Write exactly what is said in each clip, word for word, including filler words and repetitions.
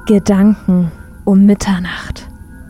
Gedanken um Mitternacht.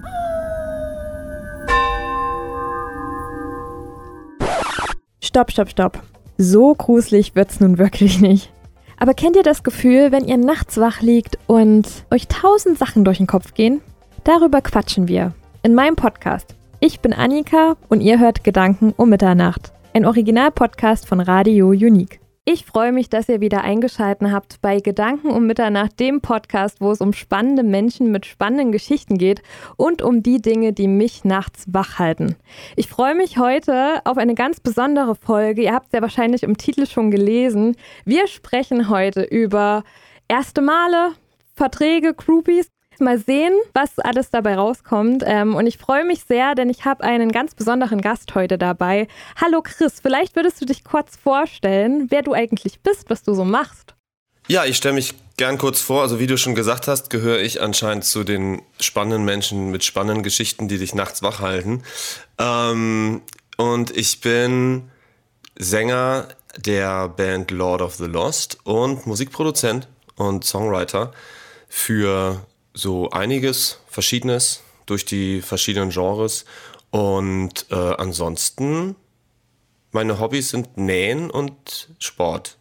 Stopp, stopp, stopp. So gruselig wird's nun wirklich nicht. Aber kennt ihr das Gefühl, wenn ihr nachts wach liegt und euch tausend Sachen durch den Kopf gehen? Darüber quatschen wir in meinem Podcast. Ich bin Annika und ihr hört Gedanken um Mitternacht. Ein Original-Podcast von Radio Unique. Ich freue mich, dass ihr wieder eingeschaltet habt bei Gedanken um Mitternacht, dem Podcast, wo es um spannende Menschen mit spannenden Geschichten geht und um die Dinge, die mich nachts wach halten. Ich freue mich heute auf eine ganz besondere Folge. Ihr habt es ja wahrscheinlich im Titel schon gelesen. Wir sprechen heute über erste Male, Verträge, Groupies. Mal sehen, was alles dabei rauskommt. Ähm, und ich freue mich sehr, denn ich habe einen ganz besonderen Gast heute dabei. Hallo Chris, vielleicht würdest du dich kurz vorstellen, wer du eigentlich bist, was du so machst. Ja, ich stelle mich gern kurz vor. Also wie du schon gesagt hast, gehöre ich anscheinend zu den spannenden Menschen mit spannenden Geschichten, die dich nachts wach halten. Ähm, und ich bin Sänger der Band Lord of the Lost und Musikproduzent und Songwriter für so einiges Verschiedenes durch die verschiedenen Genres. Und äh, ansonsten, meine Hobbys sind Nähen und Sport.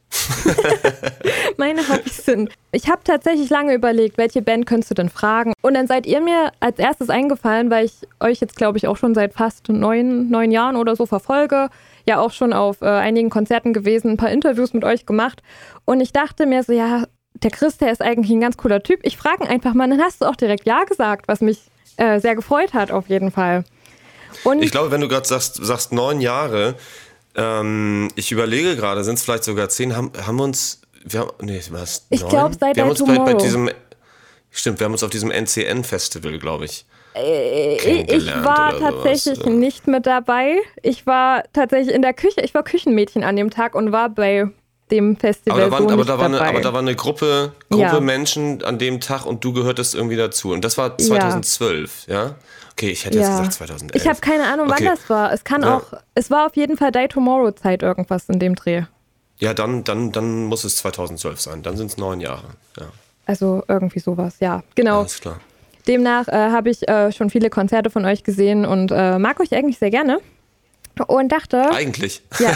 Meine Hobbys sind... Ich habe tatsächlich lange überlegt, welche Band könntest du denn fragen? Und dann seid ihr mir als erstes eingefallen, weil ich euch jetzt, glaube ich, auch schon seit fast neun, neun Jahren oder so verfolge. Ja, auch schon auf äh, einigen Konzerten gewesen, ein paar Interviews mit euch gemacht. Und ich dachte mir so, ja... Der Chris, der ist eigentlich ein ganz cooler Typ. Ich frage ihn einfach mal, dann hast du auch direkt Ja gesagt, was mich äh, sehr gefreut hat auf jeden Fall. Und ich glaube, wenn du gerade sagst, sagst neun Jahre, ähm, ich überlege gerade, sind es vielleicht sogar zehn, haben, haben wir uns, wir haben, nee, was, ich glaube, seit wir haben uns bei, bei diesem, stimmt, wir haben uns auf diesem N C N-Festival, glaube ich, äh, Ich war tatsächlich sowas. nicht mit dabei. Ich war tatsächlich in der Küche, ich war Küchenmädchen an dem Tag und war bei dem Festival aber da, waren, so aber, nicht da war dabei. eine, aber da war eine Gruppe, Gruppe ja. Menschen an dem Tag und du gehörtest irgendwie dazu. Und das war zweitausendzwölf, ja? ja? Okay, ich hätte ja. jetzt gesagt zweitausendelf. Ich habe keine Ahnung, wann okay. das war. Es kann ja. auch, es war auf jeden Fall Die Tomorrow-Zeit irgendwas in dem Dreh. Ja, dann, dann, dann muss es zweitausendzwölf sein. Dann sind es neun Jahre, ja. Also irgendwie sowas, ja, genau. Alles klar. Demnach äh, habe ich äh, schon viele Konzerte von euch gesehen und äh, mag euch eigentlich sehr gerne. Und dachte... Eigentlich? Ja.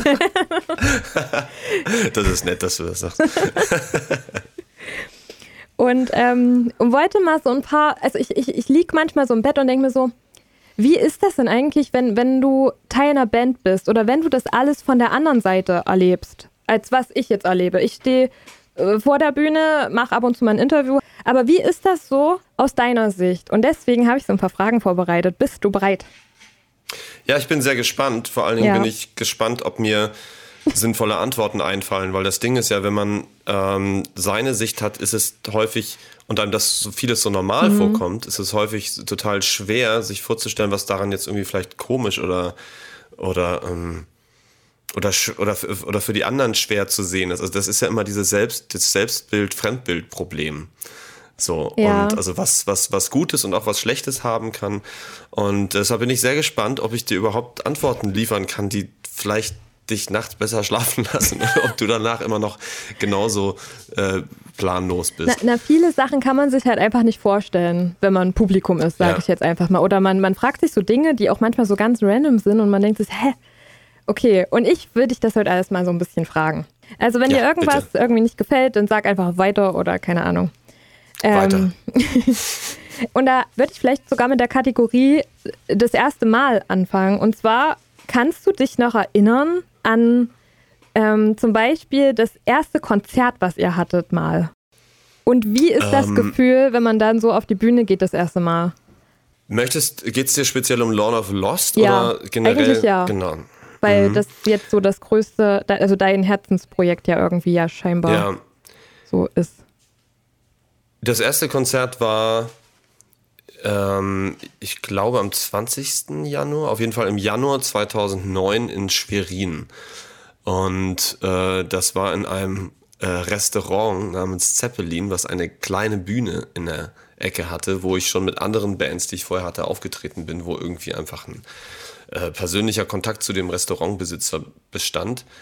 Das ist nett, dass du das sagst. Und, ähm, und wollte mal so ein paar... Also ich, ich, ich liege manchmal so im Bett und denke mir so, wie ist das denn eigentlich, wenn, wenn du Teil einer Band bist oder wenn du das alles von der anderen Seite erlebst, als was ich jetzt erlebe? Ich stehe äh, vor der Bühne, mache ab und zu mal ein Interview. Aber wie ist das so aus deiner Sicht? Und deswegen habe ich so ein paar Fragen vorbereitet. Bist du bereit? Ja, ich bin sehr gespannt. Vor allen Dingen ja. bin ich gespannt, ob mir sinnvolle Antworten einfallen, weil das Ding ist ja, wenn man ähm, seine Sicht hat, ist es häufig, und einem das so vieles so normal mhm. vorkommt, ist es häufig total schwer, sich vorzustellen, was daran jetzt irgendwie vielleicht komisch oder oder ähm, oder oder oder für die anderen schwer zu sehen ist. Also das ist ja immer dieses Selbst, das Selbstbild-Fremdbild-Problem. So, ja. und also was, was, was Gutes und auch was Schlechtes haben kann. Und deshalb bin ich sehr gespannt, ob ich dir überhaupt Antworten liefern kann, die vielleicht dich nachts besser schlafen lassen oder ob du danach immer noch genauso äh, planlos bist. Na, na, viele Sachen kann man sich halt einfach nicht vorstellen, wenn man Publikum ist, sage ja. ich jetzt einfach mal. Oder man, man fragt sich so Dinge, die auch manchmal so ganz random sind und man denkt sich, hä? Okay, und ich würde dich das heute alles mal so ein bisschen fragen. Also wenn ja, dir irgendwas bitte. irgendwie nicht gefällt, dann sag einfach weiter oder keine Ahnung. Weiter. Ähm, und da würde ich vielleicht sogar mit der Kategorie das erste Mal anfangen. Und zwar, kannst du dich noch erinnern an ähm, zum Beispiel das erste Konzert, was ihr hattet mal? Und wie ist das ähm, Gefühl, wenn man dann so auf die Bühne geht das erste Mal? Möchtest, geht es dir speziell um Lord of Lost ja, oder generell? Eigentlich ja. Genau. Weil mhm. das jetzt so das größte, also dein Herzensprojekt ja irgendwie ja scheinbar ja. so ist. Das erste Konzert war, ähm, ich glaube, am zwanzigsten Januar, auf jeden Fall im Januar zweitausendneun in Schwerin. Und äh, das war in einem äh, Restaurant namens Zeppelin, was eine kleine Bühne in der Ecke hatte, wo ich schon mit anderen Bands, die ich vorher hatte, aufgetreten bin, wo irgendwie einfach ein äh, persönlicher Kontakt zu dem Restaurantbesitzer bestand.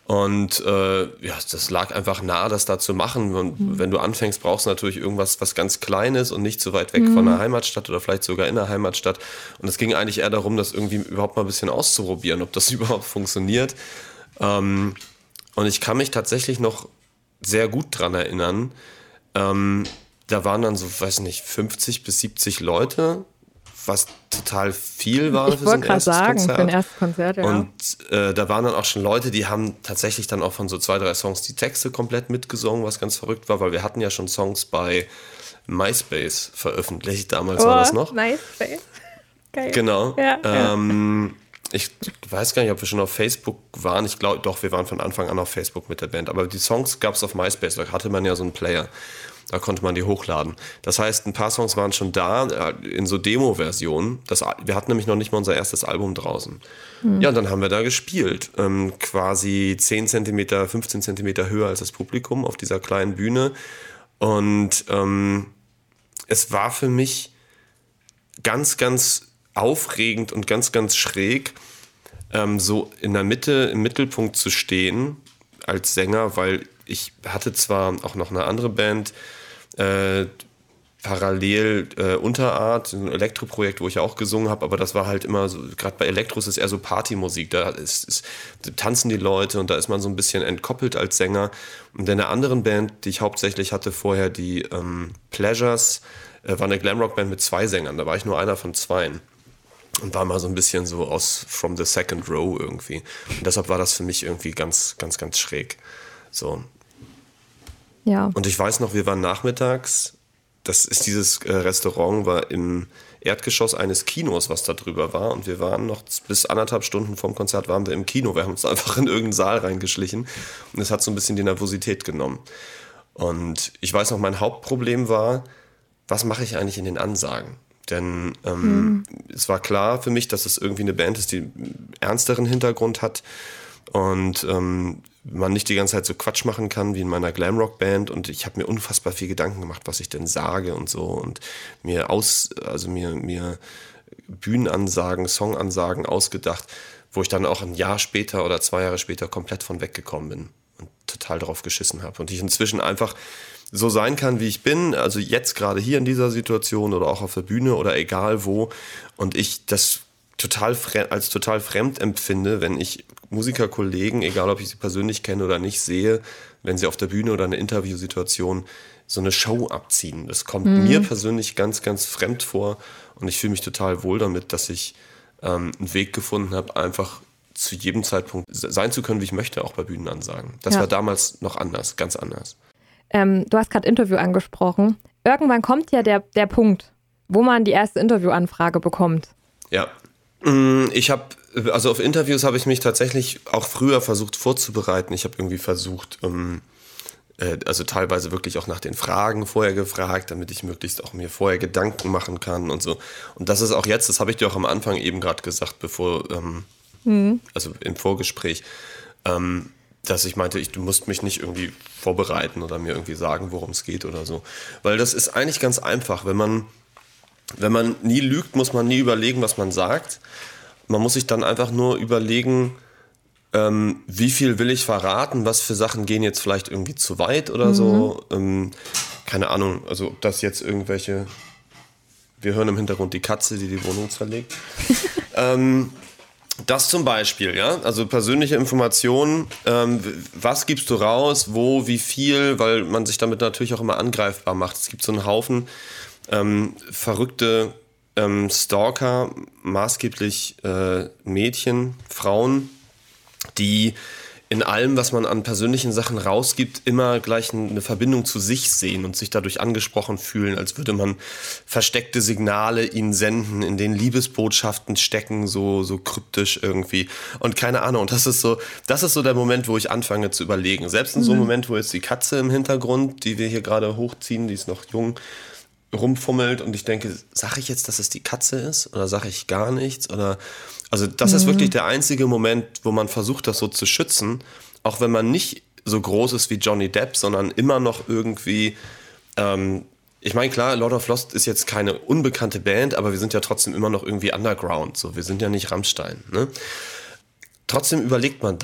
Und äh, ja, das lag einfach nah, das da zu machen. Und mhm. wenn du anfängst, brauchst du natürlich irgendwas, was ganz Kleines und nicht so weit weg mhm. von der Heimatstadt oder vielleicht sogar in der Heimatstadt. Und es ging eigentlich eher darum, das irgendwie überhaupt mal ein bisschen auszuprobieren, ob das überhaupt funktioniert. Ähm, und ich kann mich tatsächlich noch sehr gut dran erinnern. Ähm, da waren dann so, weiß nicht, fünfzig bis siebzig Leute, was total viel war ich für so ein erstes sagen, Konzert. Für ein erstes Konzert, ja. Und äh, da waren dann auch schon Leute, die haben tatsächlich dann auch von so zwei, drei Songs die Texte komplett mitgesungen, was ganz verrückt war, weil wir hatten ja schon Songs bei MySpace veröffentlicht, damals oh, war das noch. MySpace, geil. Genau. Ja, ähm, ja. Ich weiß gar nicht, ob wir schon auf Facebook waren. Ich glaube, doch, wir waren von Anfang an auf Facebook mit der Band. Aber die Songs gab es auf MySpace, da hatte man ja so einen Player. Da konnte man die hochladen. Das heißt, ein paar Songs waren schon da, in so Demo-Versionen. Das, wir hatten nämlich noch nicht mal unser erstes Album draußen. Mhm. Ja, und dann haben wir da gespielt. Ähm, quasi zehn Zentimeter, fünfzehn Zentimeter höher als das Publikum auf dieser kleinen Bühne. Und ähm, es war für mich ganz, ganz aufregend und ganz, ganz schräg, ähm, so in der Mitte, im Mittelpunkt zu stehen als Sänger, weil ich hatte zwar auch noch eine andere Band, äh, parallel äh, Unterart, ein Elektroprojekt, wo ich auch gesungen habe, aber das war halt immer so, gerade bei Elektro ist es eher so Partymusik, da, ist, ist, da tanzen die Leute und da ist man so ein bisschen entkoppelt als Sänger. Und in der anderen Band, die ich hauptsächlich hatte vorher, die ähm, Pleasures, äh, war eine Glamrock-Band mit zwei Sängern, da war ich nur einer von zweien. Und war mal so ein bisschen so aus From the Second Row irgendwie. Und deshalb war das für mich irgendwie ganz, ganz, ganz schräg. So. Ja. Und ich weiß noch, wir waren nachmittags, das ist dieses äh, Restaurant, war im Erdgeschoss eines Kinos, was da drüber war. Und wir waren noch bis anderthalb Stunden vorm Konzert waren wir im Kino. Wir haben uns einfach in irgendeinen Saal reingeschlichen. Und es hat so ein bisschen die Nervosität genommen. Und ich weiß noch, mein Hauptproblem war, was mache ich eigentlich in den Ansagen? Denn ähm, mhm. es war klar für mich, dass es irgendwie eine Band ist, die einen ernsteren Hintergrund hat. Und ähm, man nicht die ganze Zeit so Quatsch machen kann wie in meiner Glamrock-Band. Und ich habe mir unfassbar viel Gedanken gemacht, was ich denn sage und so. Und mir aus, also mir, mir Bühnenansagen, Songansagen ausgedacht, wo ich dann auch ein Jahr später oder zwei Jahre später komplett von weggekommen bin und total drauf geschissen habe. Und ich inzwischen einfach so sein kann, wie ich bin, also jetzt gerade hier in dieser Situation oder auch auf der Bühne oder egal wo. Und ich das total fre- als total fremd empfinde, wenn ich Musikerkollegen, egal ob ich sie persönlich kenne oder nicht, sehe, wenn sie auf der Bühne oder eine Interviewsituation so eine Show abziehen. Das kommt mhm. mir persönlich ganz, ganz fremd vor und ich fühle mich total wohl damit, dass ich ähm, einen Weg gefunden habe, einfach zu jedem Zeitpunkt sein zu können, wie ich möchte, auch bei Bühnenansagen. Das ja. war damals noch anders, ganz anders. Ähm, du hast gerade Interview angesprochen. Irgendwann kommt ja der, der Punkt, wo man die erste Interviewanfrage bekommt. Ja. Ich habe, also auf Interviews habe ich mich tatsächlich auch früher versucht vorzubereiten. Ich habe irgendwie versucht, ähm, äh, also teilweise wirklich auch nach den Fragen vorher gefragt, damit ich möglichst auch mir vorher Gedanken machen kann und so. Und das ist auch jetzt, das habe ich dir auch am Anfang eben gerade gesagt, bevor, ähm, mhm. also im Vorgespräch, ähm, dass ich meinte, ich, du musst mich nicht irgendwie vorbereiten oder mir irgendwie sagen, worum es geht oder so. Weil das ist eigentlich ganz einfach, wenn man Wenn man nie lügt, muss man nie überlegen, was man sagt. Man muss sich dann einfach nur überlegen, ähm, wie viel will ich verraten, was für Sachen gehen jetzt vielleicht irgendwie zu weit oder mhm. so. Ähm, keine Ahnung, also ob das jetzt irgendwelche... Wir hören im Hintergrund die Katze, die die Wohnung zerlegt. ähm, das zum Beispiel, ja, also persönliche Informationen, ähm, was gibst du raus, wo, wie viel, weil man sich damit natürlich auch immer angreifbar macht. Es gibt so einen Haufen Ähm, verrückte ähm, Stalker, maßgeblich äh, Mädchen, Frauen, die in allem, was man an persönlichen Sachen rausgibt, immer gleich eine Verbindung zu sich sehen und sich dadurch angesprochen fühlen, als würde man versteckte Signale ihnen senden, in denen Liebesbotschaften stecken, so, so kryptisch irgendwie. Und keine Ahnung, und das ist so, das ist so der Moment, wo ich anfange zu überlegen. Selbst in mhm. so einem Moment, wo jetzt die Katze im Hintergrund, die wir hier gerade hochziehen, die ist noch jung, rumfummelt und ich denke, sage ich jetzt, dass es die Katze ist oder sage ich gar nichts? Oder also das mhm. ist wirklich der einzige Moment, wo man versucht, das so zu schützen, auch wenn man nicht so groß ist wie Johnny Depp, sondern immer noch irgendwie, ähm, ich meine, klar, Lord of Lost ist jetzt keine unbekannte Band, aber wir sind ja trotzdem immer noch irgendwie Underground, so, wir sind ja nicht Rammstein, ne? Trotzdem überlegt man da,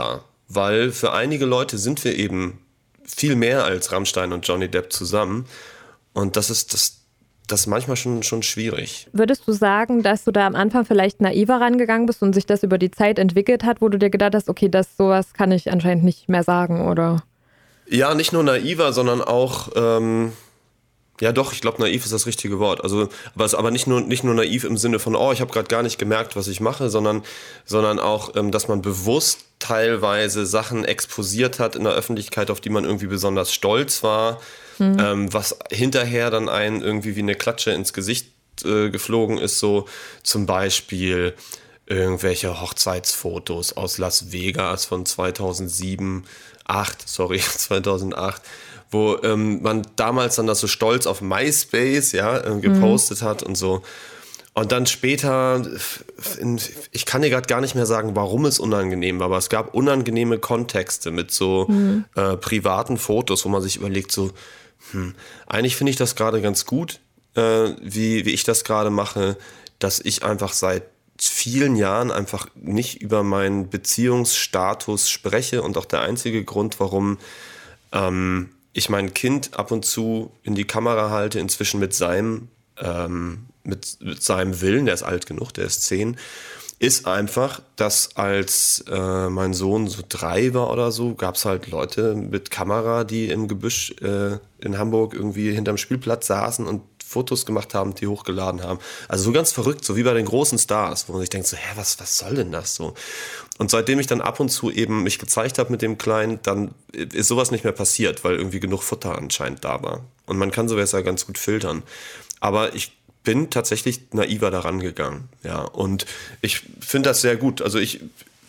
weil für einige Leute sind wir eben viel mehr als Rammstein und Johnny Depp zusammen. Und das ist das, das ist manchmal schon, schon schwierig. Würdest du sagen, dass du da am Anfang vielleicht naiver rangegangen bist und sich das über die Zeit entwickelt hat, wo du dir gedacht hast, okay, das sowas kann ich anscheinend nicht mehr sagen, oder? Ja, nicht nur naiver, sondern auch, ähm, ja doch, ich glaube, naiv ist das richtige Wort. Also, aber, es, aber nicht nur, nicht nur naiv im Sinne von, oh, ich habe gerade gar nicht gemerkt, was ich mache, sondern, sondern auch, ähm, dass man bewusst teilweise Sachen exposiert hat in der Öffentlichkeit, auf die man irgendwie besonders stolz war, mhm. ähm, was hinterher dann einen irgendwie wie eine Klatsche ins Gesicht äh, geflogen ist, so zum Beispiel irgendwelche Hochzeitsfotos aus Las Vegas von zweitausendsieben, acht, sorry, zweitausendacht, wo ähm, man damals dann das so stolz auf MySpace, ja, äh, gepostet mhm. hat und so. Und dann später, in, ich kann dir gerade gar nicht mehr sagen, warum es unangenehm war, aber es gab unangenehme Kontexte mit so mhm. äh, privaten Fotos, wo man sich überlegt, so, hm, eigentlich finde ich das gerade ganz gut, äh, wie, wie ich das gerade mache, dass ich einfach seit vielen Jahren einfach nicht über meinen Beziehungsstatus spreche und auch der einzige Grund, warum ähm, ich mein Kind ab und zu in die Kamera halte, inzwischen mit seinem, ähm, mit, mit seinem Willen, der ist alt genug, der ist zehn, ist einfach, dass als äh, mein Sohn so drei war oder so, gab es halt Leute mit Kamera, die im Gebüsch äh, in Hamburg irgendwie hinterm Spielplatz saßen und Fotos gemacht haben, die hochgeladen haben. Also so ganz verrückt, so wie bei den großen Stars, wo man sich denkt so, hä, was, was soll denn das so? Und seitdem ich dann ab und zu eben mich gezeigt habe mit dem Kleinen, dann ist sowas nicht mehr passiert, weil irgendwie genug Futter anscheinend da war. Und man kann sowas ja ganz gut filtern. Aber ich bin tatsächlich naiver daran gegangen, ja. Und ich finde das sehr gut. Also ich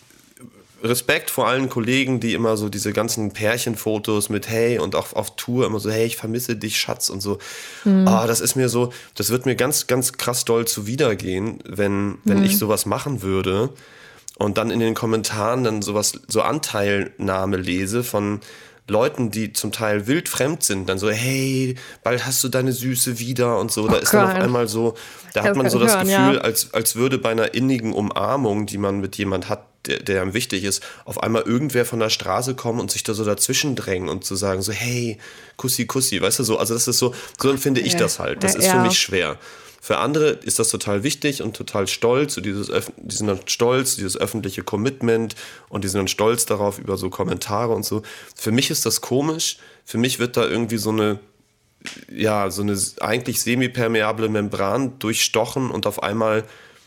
Respekt vor allen Kollegen, die immer so diese ganzen Pärchenfotos mit hey und auch auf Tour immer so, hey, ich vermisse dich, Schatz und so. Mhm. Oh, das ist mir so, das wird mir ganz, ganz krass doll zuwidergehen, wenn, wenn mhm. ich sowas machen würde und dann in den Kommentaren dann sowas, so Anteilnahme lese von Leuten, die zum Teil wild fremd sind, dann so, hey, bald hast du deine Süße wieder und so. Da oh ist dann auf einmal so, da hat man so das hören, Gefühl, ja. als, als würde bei einer innigen Umarmung, die man mit jemand hat, der, der einem wichtig ist, auf einmal irgendwer von der Straße kommen und sich da so dazwischen drängen und zu sagen so, hey, Kussi, Kussi, weißt du so. Also das ist so, so empfinde ich das halt. Das ist ja. für mich schwer. Für andere ist das total wichtig und total stolz. So dieses, die sind dann stolz, dieses öffentliche Commitment und die sind dann stolz darauf über so Kommentare und so. Für mich ist das komisch. Für mich wird da irgendwie so eine, ja, so eine eigentlich semipermeable Membran durchstochen und auf einmal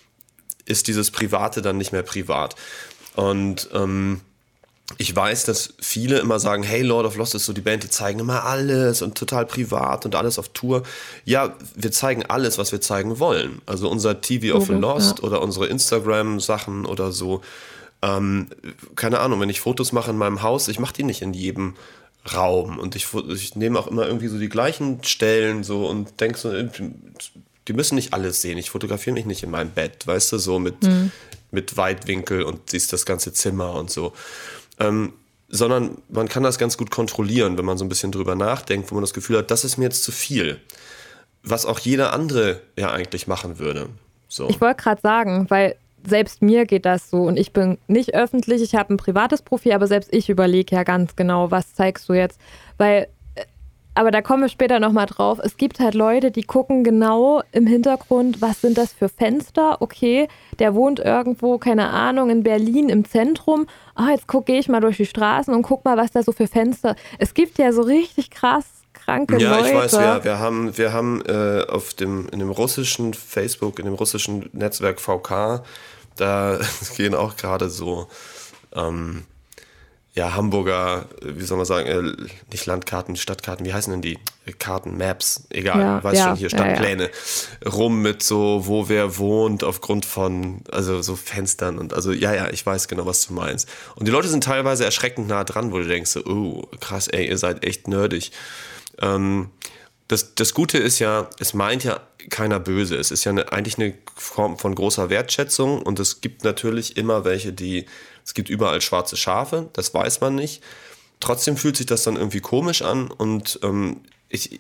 ist dieses Private dann nicht mehr privat. Und ähm, ich weiß, dass viele immer sagen, hey, Lord of Lost ist so die Band, die zeigen immer alles und total privat und alles auf Tour. Ja, wir zeigen alles, was wir zeigen wollen. Also unser T V of the Lost ja. oder unsere Instagram-Sachen oder so. Ähm, keine Ahnung, wenn ich Fotos mache in meinem Haus, ich mache die nicht in jedem Raum. Und ich, ich nehme auch immer irgendwie so die gleichen Stellen so und denke so, die müssen nicht alles sehen. Ich fotografiere mich nicht in meinem Bett, weißt du, so mit, mhm. mit Weitwinkel und siehst das ganze Zimmer und so. Ähm, sondern man kann das ganz gut kontrollieren, wenn man so ein bisschen drüber nachdenkt, wo man das Gefühl hat, das ist mir jetzt zu viel. Was auch jeder andere ja eigentlich machen würde. So. Ich wollte gerade sagen, weil selbst mir geht das so und ich bin nicht öffentlich, ich habe ein privates Profil, aber selbst ich überlege ja ganz genau, was zeigst du jetzt, weil aber da kommen wir später nochmal drauf. Es gibt halt Leute, die gucken genau im Hintergrund, was sind das für Fenster? Okay, der wohnt irgendwo, keine Ahnung, in Berlin im Zentrum. Ah, jetzt gucke ich mal durch die Straßen und guck mal, was da so für Fenster. Es gibt ja so richtig krass kranke ja, Leute. Ja, ich weiß, wir, wir haben, wir haben äh, auf dem, in dem russischen Facebook, in dem russischen Netzwerk V K, da gehen auch gerade so ähm, ja, Hamburger, wie soll man sagen, äh, nicht Landkarten, Stadtkarten, wie heißen denn die? Karten, Maps, egal, ja, weiß ja, schon, hier Stadtpläne, ja, ja. rum mit so, wo wer wohnt, aufgrund von, also so Fenstern und, also, ja, ja, ich weiß genau, was du meinst. Und die Leute sind teilweise erschreckend nah dran, wo du denkst, so, oh, krass, ey, ihr seid echt nerdig. Ähm, das, das Gute ist ja, es meint ja keiner böse, es ist ja eine, eigentlich eine Form von großer Wertschätzung und es gibt natürlich immer welche, die Es gibt überall schwarze Schafe, das weiß man nicht. Trotzdem fühlt sich das dann irgendwie komisch an und ähm, ich,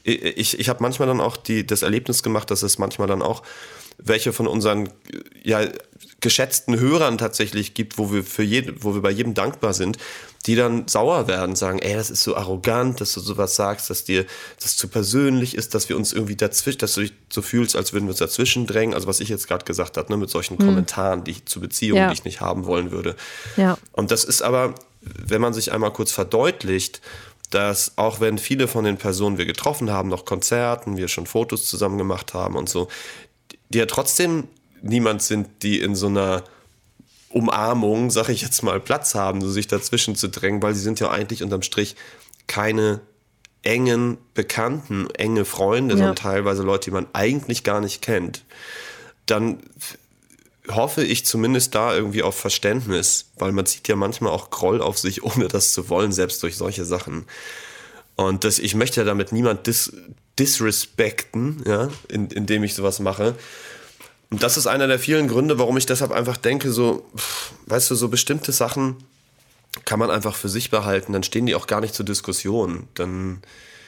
ich, ich habe manchmal dann auch die, das Erlebnis gemacht, dass es manchmal dann auch welche von unseren ja, geschätzten Hörern tatsächlich gibt, wo wir für jeden, wo wir bei jedem dankbar sind, die dann sauer werden, sagen, ey, das ist so arrogant, dass du sowas sagst, dass dir das zu persönlich ist, dass wir uns irgendwie dazwischen, dass du dich so fühlst, als würden wir uns dazwischen drängen, also was ich jetzt gerade gesagt habe, ne, mit solchen hm. Kommentaren, die ich zu Beziehungen, ja. die ich nicht haben wollen würde. Ja. Und das ist aber, wenn man sich einmal kurz verdeutlicht, dass auch wenn viele von den Personen wir getroffen haben, noch Konzerten, wir schon Fotos zusammen gemacht haben und so, die ja trotzdem niemand sind, die in so einer Umarmung, sag ich jetzt mal, Platz haben, so sich dazwischen zu drängen, weil sie sind ja eigentlich unterm Strich keine engen Bekannten, enge Freunde, ja. sondern teilweise Leute, die man eigentlich gar nicht kennt. Dann hoffe ich zumindest da irgendwie auf Verständnis, weil man zieht ja manchmal auch Groll auf sich, ohne das zu wollen, selbst durch solche Sachen. Und das, ich möchte ja damit niemand dis, disrespekten, ja, in, indem ich sowas mache. Und das ist einer der vielen Gründe, warum ich deshalb einfach denke, so, weißt du, so bestimmte Sachen kann man einfach für sich behalten, dann stehen die auch gar nicht zur Diskussion. Dann,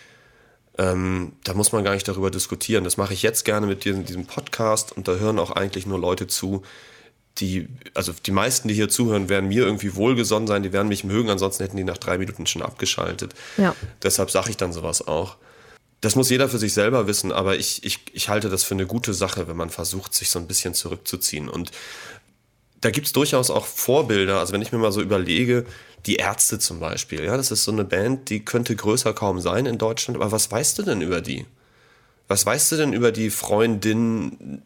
ähm, da muss man gar nicht darüber diskutieren. Das mache ich jetzt gerne mit dir in diesem Podcast und da hören auch eigentlich nur Leute zu, die, also die meisten, die hier zuhören, werden mir irgendwie wohlgesonnen sein, die werden mich mögen, ansonsten hätten die nach drei Minuten schon abgeschaltet. Ja. Deshalb sage ich dann sowas auch. Das muss jeder für sich selber wissen, aber ich, ich, ich halte das für eine gute Sache, wenn man versucht, sich so ein bisschen zurückzuziehen. Und da gibt es durchaus auch Vorbilder. Also wenn ich mir mal so überlege, die Ärzte zum Beispiel, ja, das ist so eine Band, die könnte größer kaum sein in Deutschland. Aber was weißt du denn über die? Was weißt du denn über die Freundinnen,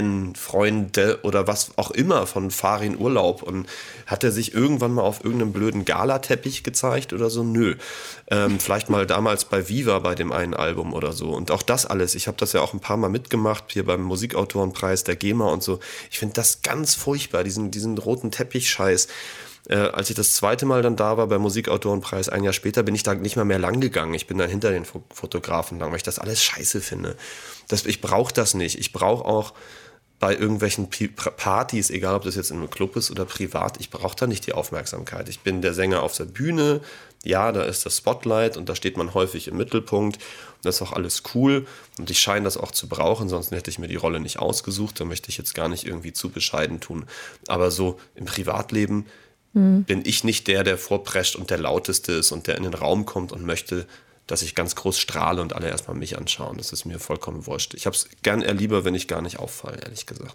Freunde oder was auch immer von Farin Urlaub? Und hat er sich irgendwann mal auf irgendeinem blöden Galateppich gezeigt oder so? Nö. Ähm, vielleicht mal damals bei Viva bei dem einen Album oder so. Und auch das alles. Ich habe das ja auch ein paar Mal mitgemacht, hier beim Musikautorenpreis der GEMA und so. Ich finde das ganz furchtbar, diesen, diesen roten Teppich-Scheiß. Äh, als ich das zweite Mal dann da war beim Musikautorenpreis, ein Jahr später, bin ich da nicht mal mehr lang gegangen. Ich bin dann hinter den Fo- Fotografen lang, weil ich das alles scheiße finde. Das, ich brauche das nicht. Ich brauche auch bei irgendwelchen P- Partys, egal ob das jetzt in einem Club ist oder privat, ich brauche da nicht die Aufmerksamkeit. Ich bin der Sänger auf der Bühne, ja, da ist das Spotlight und da steht man häufig im Mittelpunkt und das ist auch alles cool und ich scheine das auch zu brauchen, sonst hätte ich mir die Rolle nicht ausgesucht, da möchte ich jetzt gar nicht irgendwie zu bescheiden tun. Aber so im Privatleben bin ich nicht der, der vorprescht und der Lauteste ist und der in den Raum kommt und möchte, dass ich ganz groß strahle und alle erstmal mich anschauen. Das ist mir vollkommen wurscht. Ich habe es gern eher lieber, wenn ich gar nicht auffalle, ehrlich gesagt.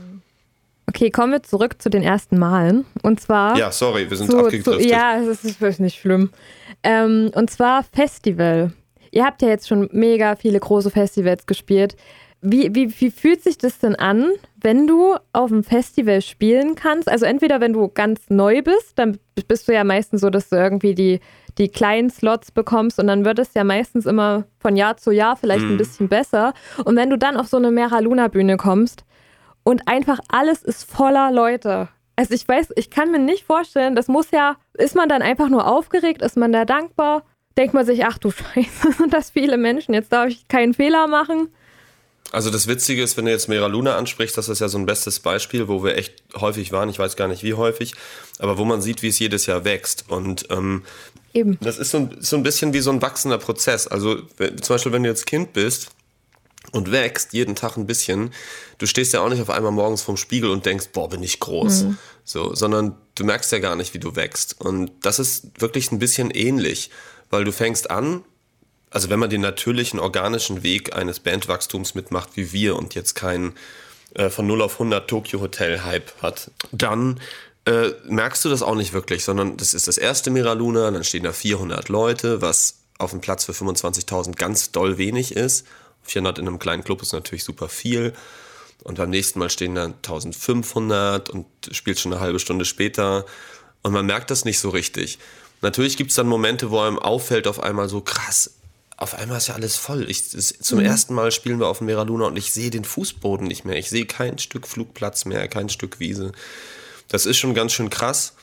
Okay, kommen wir zurück zu den ersten Malen. Und zwar... Ja, sorry, wir sind zu, abgedriftet. Zu, ja, es ist wirklich nicht schlimm. Ähm, und zwar Festival. Ihr habt ja jetzt schon mega viele große Festivals gespielt. Wie, wie, wie fühlt sich das denn an, wenn du auf einem Festival spielen kannst? Also entweder wenn du ganz neu bist, dann bist du ja meistens so, dass du irgendwie die, die kleinen Slots bekommst und dann wird es ja meistens immer von Jahr zu Jahr vielleicht mhm. ein bisschen besser. Und wenn du dann auf so eine Mera Luna Bühne kommst und einfach alles ist voller Leute. Also ich weiß, ich kann mir nicht vorstellen, das muss ja, ist man dann einfach nur aufgeregt, ist man da dankbar? Denkt man sich, ach du Scheiße, sind das viele Menschen, jetzt darf ich keinen Fehler machen? Also das Witzige ist, wenn du jetzt Mera Luna ansprichst, das ist ja so ein bestes Beispiel, wo wir echt häufig waren, ich weiß gar nicht wie häufig, aber wo man sieht, wie es jedes Jahr wächst. Und ähm, Eben. das ist so ein, so ein bisschen wie so ein wachsender Prozess. Also zum Beispiel, wenn du jetzt Kind bist und wächst jeden Tag ein bisschen, du stehst ja auch nicht auf einmal morgens vorm Spiegel und denkst, boah, bin ich groß. Mhm. So, sondern du merkst ja gar nicht, wie du wächst. Und das ist wirklich ein bisschen ähnlich, weil du fängst an, also wenn man den natürlichen, organischen Weg eines Bandwachstums mitmacht wie wir und jetzt keinen äh, von null auf hundert Tokyo-Hotel-Hype hat, dann äh, merkst du das auch nicht wirklich, sondern das ist das erste Mera Luna, dann stehen da vierhundert Leute, was auf dem Platz für fünfundzwanzigtausend ganz doll wenig ist. vierhundert in einem kleinen Club ist natürlich super viel. Und beim nächsten Mal stehen dann eintausendfünfhundert und spielst schon eine halbe Stunde später und man merkt das nicht so richtig. Natürlich gibt es dann Momente, wo einem auffällt auf einmal so krass, auf einmal ist ja alles voll. Ich, das, zum mhm. ersten Mal spielen wir auf dem Mera Luna und ich sehe den Fußboden nicht mehr. Ich sehe kein Stück Flugplatz mehr, kein Stück Wiese. Das ist schon ganz schön krass.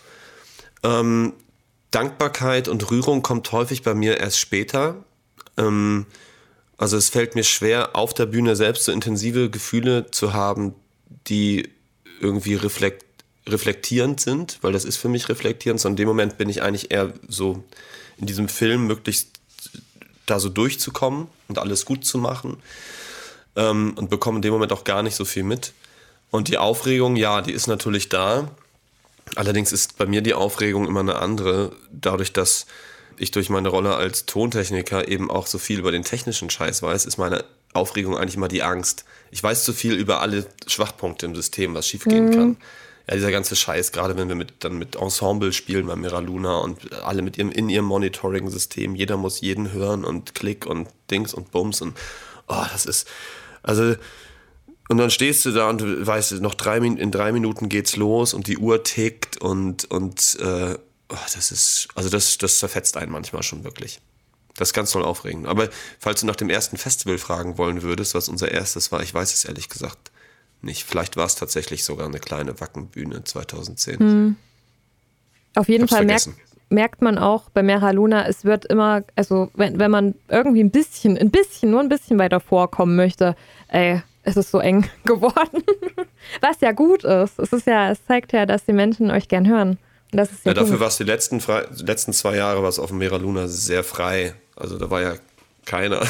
Ähm, Dankbarkeit und Rührung kommt häufig bei mir erst später. Ähm, also es fällt mir schwer, auf der Bühne selbst so intensive Gefühle zu haben, die irgendwie reflekt, reflektierend sind, weil das ist für mich reflektierend. So in dem Moment bin ich eigentlich eher so in diesem Film möglichst da so durchzukommen und alles gut zu machen ähm, und bekomme in dem Moment auch gar nicht so viel mit. Und die Aufregung, ja, die ist natürlich da. Allerdings ist bei mir die Aufregung immer eine andere, dadurch, dass ich durch meine Rolle als Tontechniker eben auch so viel über den technischen Scheiß weiß, ist meine Aufregung eigentlich immer die Angst. Ich weiß zu viel über alle Schwachpunkte im System, was schiefgehen mhm. kann. Ja, dieser ganze Scheiß, gerade wenn wir mit, dann mit Ensemble spielen bei Mira Luna und alle mit ihrem, in ihrem Monitoring-System, jeder muss jeden hören und Klick und Dings und Bums und oh, das ist, also, und dann stehst du da und du weißt, noch drei, in drei Minuten geht's los und die Uhr tickt und, und äh, oh, das ist, also das, das zerfetzt einen manchmal schon wirklich. Das ist ganz toll aufregend. Aber falls du nach dem ersten Festival fragen wollen würdest, was unser erstes war, ich weiß es ehrlich gesagt nicht. Vielleicht war es tatsächlich sogar eine kleine Wackenbühne zweitausendzehn. Hm. Auf jeden Fall merkt, merkt man auch bei Mira Luna, es wird immer, also wenn, wenn man irgendwie ein bisschen, ein bisschen, nur ein bisschen weiter vorkommen möchte, ey, es ist so eng geworden. Was ja gut ist. Es ist ja, es zeigt ja, dass die Menschen euch gern hören. Und das ist ja, ja dafür war es die letzten, frei, letzten zwei Jahre war es auf dem Mira Luna sehr frei. Also da war ja keiner.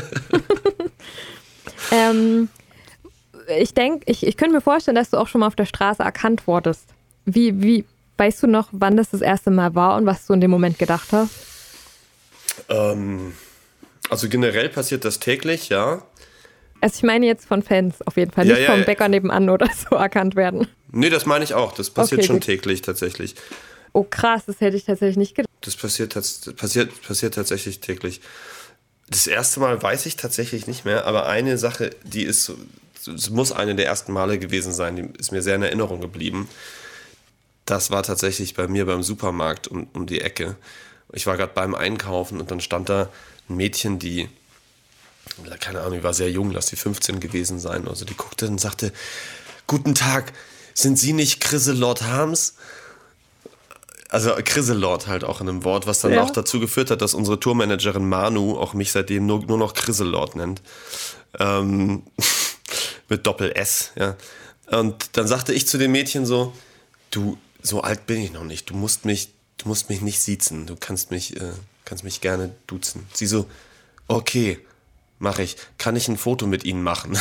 ähm, ich denke, ich, ich könnte mir vorstellen, dass du auch schon mal auf der Straße erkannt wurdest. Wie, wie, weißt du noch, wann das das erste Mal war und was du in dem Moment gedacht hast? Ähm, also generell passiert das täglich, ja. Also ich meine jetzt von Fans auf jeden Fall, ja, nicht ja, vom ja. Bäcker nebenan oder so erkannt werden. Nee, das meine ich auch. Das passiert okay, schon gut. täglich tatsächlich. Oh krass, das hätte ich tatsächlich nicht gedacht. Das passiert, das passiert, passiert tatsächlich täglich. Das erste Mal weiß ich tatsächlich nicht mehr, aber eine Sache, die ist so, es muss eine der ersten Male gewesen sein, die ist mir sehr in Erinnerung geblieben. Das war tatsächlich bei mir beim Supermarkt um, um die Ecke. Ich war gerade beim Einkaufen und dann stand da ein Mädchen, die, keine Ahnung, die war sehr jung, lass die fünfzehn gewesen sein. Also die guckte und sagte, guten Tag, sind Sie nicht Chryselord Harms? Also Chryselord halt auch in einem Wort, was dann ja. auch dazu geführt hat, dass unsere Tourmanagerin Manu auch mich seitdem nur, nur noch Chryselord nennt. Ähm, mit Doppel-S, ja. Und dann sagte ich zu dem Mädchen so, du, so alt bin ich noch nicht, du musst mich, du musst mich nicht siezen, du kannst mich, äh, kannst mich gerne duzen. Sie so, okay, mach ich. Kann ich ein Foto mit Ihnen machen?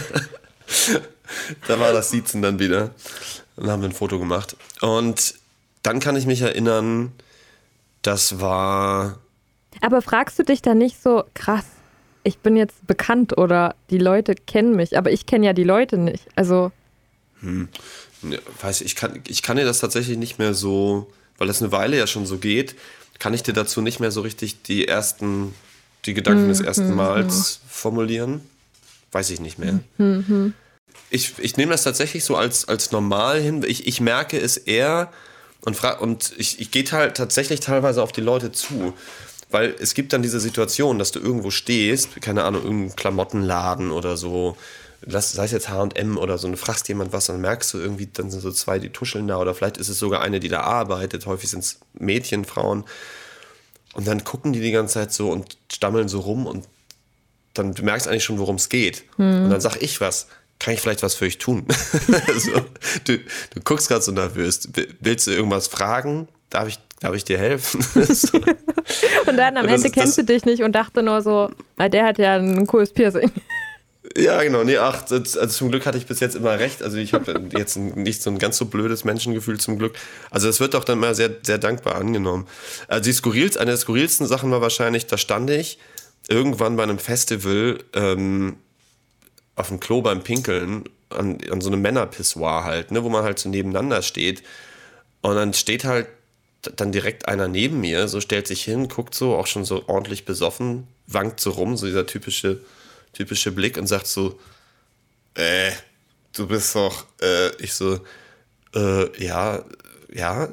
Da war das Siezen dann wieder. Dann haben wir ein Foto gemacht. Und dann kann ich mich erinnern, das war... Aber fragst du dich da nicht so, krass, ich bin jetzt bekannt oder die Leute kennen mich, aber ich kenne ja die Leute nicht, also... Hm. Weiß ich, ich kann, ich kann dir das tatsächlich nicht mehr so, weil das eine Weile ja schon so geht, kann ich dir dazu nicht mehr so richtig die ersten, die Gedanken mhm. des ersten Mals mhm. formulieren. Weiß ich nicht mehr. Mhm. Ich, ich nehme das tatsächlich so als, als normal hin. Ich, ich merke es eher und, fra- und ich, ich gehe halt tatsächlich teilweise auf die Leute zu. Weil es gibt dann diese Situation, dass du irgendwo stehst, keine Ahnung, irgendein Klamottenladen oder so, sei es jetzt H und M oder so, und du fragst jemand was, dann merkst du irgendwie, dann sind so zwei, die tuscheln da, oder vielleicht ist es sogar eine, die da arbeitet, häufig sind es Mädchen, Frauen, und dann gucken die die ganze Zeit so und stammeln so rum und dann du merkst eigentlich schon, worum es geht. Hm. Und dann sag ich was, kann ich vielleicht was für euch tun? so, du, du guckst gerade so nervös, willst du irgendwas fragen? Darf ich, darf ich dir helfen? so. Und dann am und Ende das, kennst das, du dich nicht und dachte nur so, der hat ja ein cooles Piercing. Ja, genau. Nee, ach, also zum Glück hatte ich bis jetzt immer recht. Also ich habe jetzt nicht so ein ganz so blödes Menschengefühl zum Glück. Also es wird auch dann mal sehr, sehr dankbar angenommen. Also die skurrilste, eine der skurrilsten Sachen war wahrscheinlich, da stand ich irgendwann bei einem Festival ähm, auf dem Klo beim Pinkeln an, an so einem Männerpissoir halt, ne, wo man halt so nebeneinander steht. Und dann steht halt dann direkt einer neben mir, so stellt sich hin, guckt so, auch schon so ordentlich besoffen, wankt so rum, so dieser typische typische Blick und sagt so, äh, du bist doch, äh, ich so, äh, ja, ja,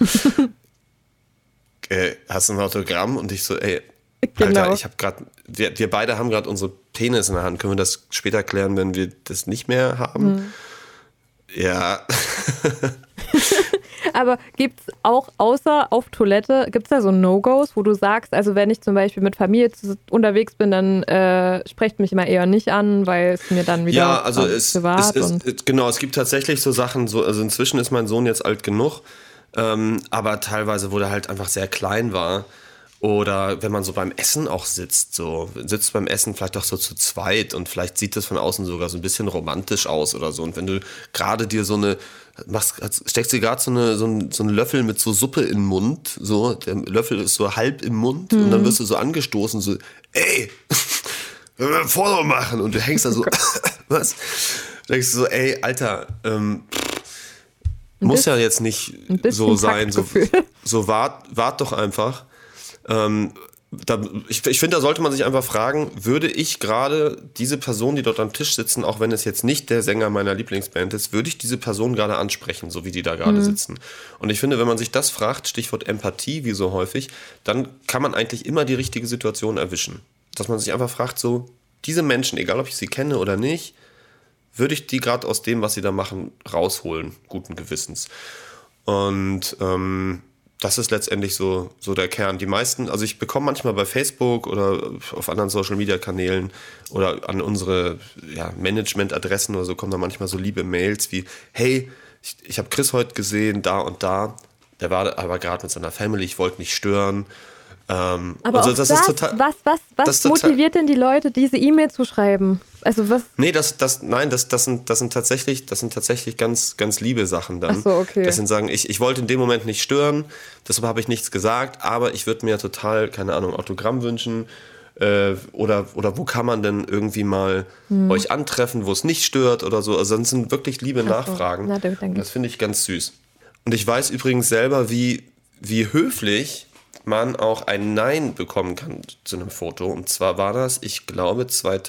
äh, hast du ein Autogramm? Und ich so, ey, genau. Alter, ich habe gerade, wir, wir beide haben gerade unsere Penis in der Hand, können wir das später klären, wenn wir das nicht mehr haben? Hm. Ja. Aber gibt es auch außer auf Toilette, gibt es da so No-Gos, wo du sagst, also wenn ich zum Beispiel mit Familie unterwegs bin, dann äh, sprecht mich immer eher nicht an, weil es mir dann wieder ja, also es, privat es, und es, genau, es gibt tatsächlich so Sachen, so, also inzwischen ist mein Sohn jetzt alt genug, ähm, aber teilweise, wo der halt einfach sehr klein war Oder wenn man so beim Essen auch sitzt, so sitzt beim Essen vielleicht auch so zu zweit und vielleicht sieht das von außen sogar so ein bisschen romantisch aus oder so. Und wenn du gerade dir so eine, machst, steckst dir gerade so, eine, so, ein, so einen Löffel mit so Suppe in den Mund, so, der Löffel ist so halb im Mund mhm. und dann wirst du so angestoßen, so, ey, wir wollen ein Foto machen. Und du hängst da so, was? Du denkst so, ey, Alter, ähm, muss ja jetzt nicht so sein, so, so wart, wart doch einfach. Ähm, da, ich ich finde, da sollte man sich einfach fragen, würde ich gerade diese Person, die dort am Tisch sitzen, auch wenn es jetzt nicht der Sänger meiner Lieblingsband ist, würde ich diese Person gerade ansprechen, so wie die da gerade mhm. sitzen. Und ich finde, wenn man sich das fragt, Stichwort Empathie, wie so häufig, dann kann man eigentlich immer die richtige Situation erwischen. Dass man sich einfach fragt, so, diese Menschen, egal ob ich sie kenne oder nicht, würde ich die gerade aus dem, was sie da machen, rausholen, guten Gewissens. Und ähm, das ist letztendlich so, so der Kern. Die meisten, also ich bekomme manchmal bei Facebook oder auf anderen Social-Media-Kanälen oder an unsere ja, Management-Adressen oder so kommen da manchmal so liebe Mails wie, hey, ich, ich habe Chris heute gesehen, da und da. Der war aber gerade mit seiner Family, ich wollte nicht stören. Ähm, aber also auch das das, ist total, was, was, was motiviert denn die Leute, diese E-Mail zu schreiben? Also was? Nee, das, das, nein, das, das, sind, das, sind tatsächlich, das sind tatsächlich ganz, ganz liebe Sachen dann. Ach so, okay. Das sind sagen, ich, ich wollte in dem Moment nicht stören, deshalb habe ich nichts gesagt, aber ich würde mir total, keine Ahnung, Autogramm wünschen. Äh, oder, oder wo kann man denn irgendwie mal hm. euch antreffen, wo es nicht stört oder so. Also das sind wirklich liebe Ach Nachfragen. So. Na, danke. Das finde ich ganz süß. Und ich weiß übrigens selber, wie, wie höflich man auch ein Nein bekommen kann zu einem Foto. Und zwar war das, ich glaube,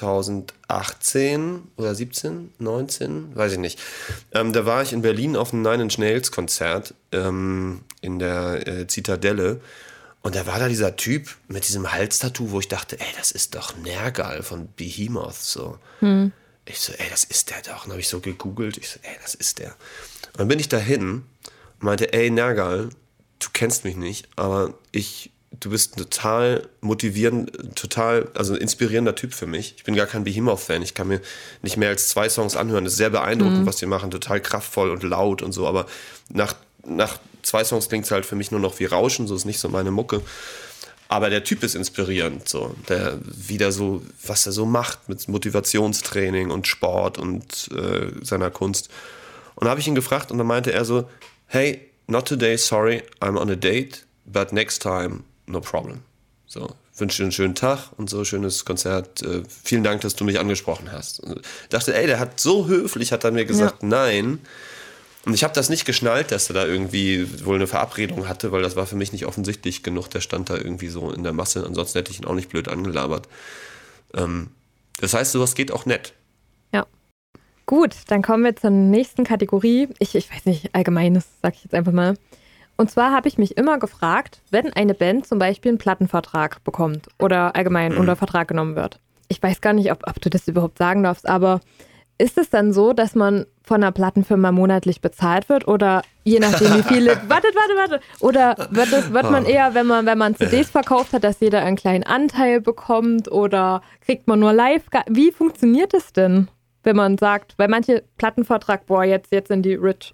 zweitausendachtzehn oder siebzehn, neunzehn, weiß ich nicht. Ähm, da war ich in Berlin auf einem Nine Inch Nails Konzert ähm, in der äh, Zitadelle. Und da war da dieser Typ mit diesem Halstattoo, wo ich dachte, ey, das ist doch Nergal von Behemoth. So. Hm. Ich so, ey, das ist der doch. Und dann habe ich so gegoogelt. Ich so, ey, das ist der. Und dann bin ich dahin und meinte, ey, Nergal, du kennst mich nicht, aber ich, du bist ein total motivierend, total, also inspirierender Typ für mich. Ich bin gar kein Behemoth-Fan. Ich kann mir nicht mehr als zwei Songs anhören. Das ist sehr beeindruckend, mhm. was die machen. Total kraftvoll und laut und so. Aber nach, nach zwei Songs klingt es halt für mich nur noch wie Rauschen. So ist nicht so meine Mucke. Aber der Typ ist inspirierend. So. Der wieder so, was er so macht mit Motivationstraining und Sport und äh, seiner Kunst. Und da habe ich ihn gefragt und dann meinte er so, hey, not today, sorry, I'm on a date, but next time, no problem. So, wünsche dir einen schönen Tag und so, schönes Konzert. Äh, vielen Dank, dass du mich angesprochen hast. Und ich dachte, ey, der hat so höflich, hat er mir gesagt, ja. nein. Und ich habe das nicht geschnallt, dass er da irgendwie wohl eine Verabredung hatte, weil das war für mich nicht offensichtlich genug. Der stand da irgendwie so in der Masse, ansonsten hätte ich ihn auch nicht blöd angelabert. Ähm, das heißt, sowas geht auch nett. Ja. Gut, dann kommen wir zur nächsten Kategorie. Ich, ich weiß nicht, allgemeines, sag ich jetzt einfach mal. Und zwar habe ich mich immer gefragt, wenn eine Band zum Beispiel einen Plattenvertrag bekommt oder allgemein mhm. unter Vertrag genommen wird. Ich weiß gar nicht, ob, ob du das überhaupt sagen darfst, aber ist es dann so, dass man von einer Plattenfirma monatlich bezahlt wird oder je nachdem wie viele, wartet, warte, warte, oder wird, das, wird man eher, wenn man, wenn man C Ds verkauft hat, dass jeder einen kleinen Anteil bekommt oder kriegt man nur live, wie funktioniert das denn? Wenn man sagt, weil manche Plattenvertrag, boah, jetzt, jetzt sind die rich.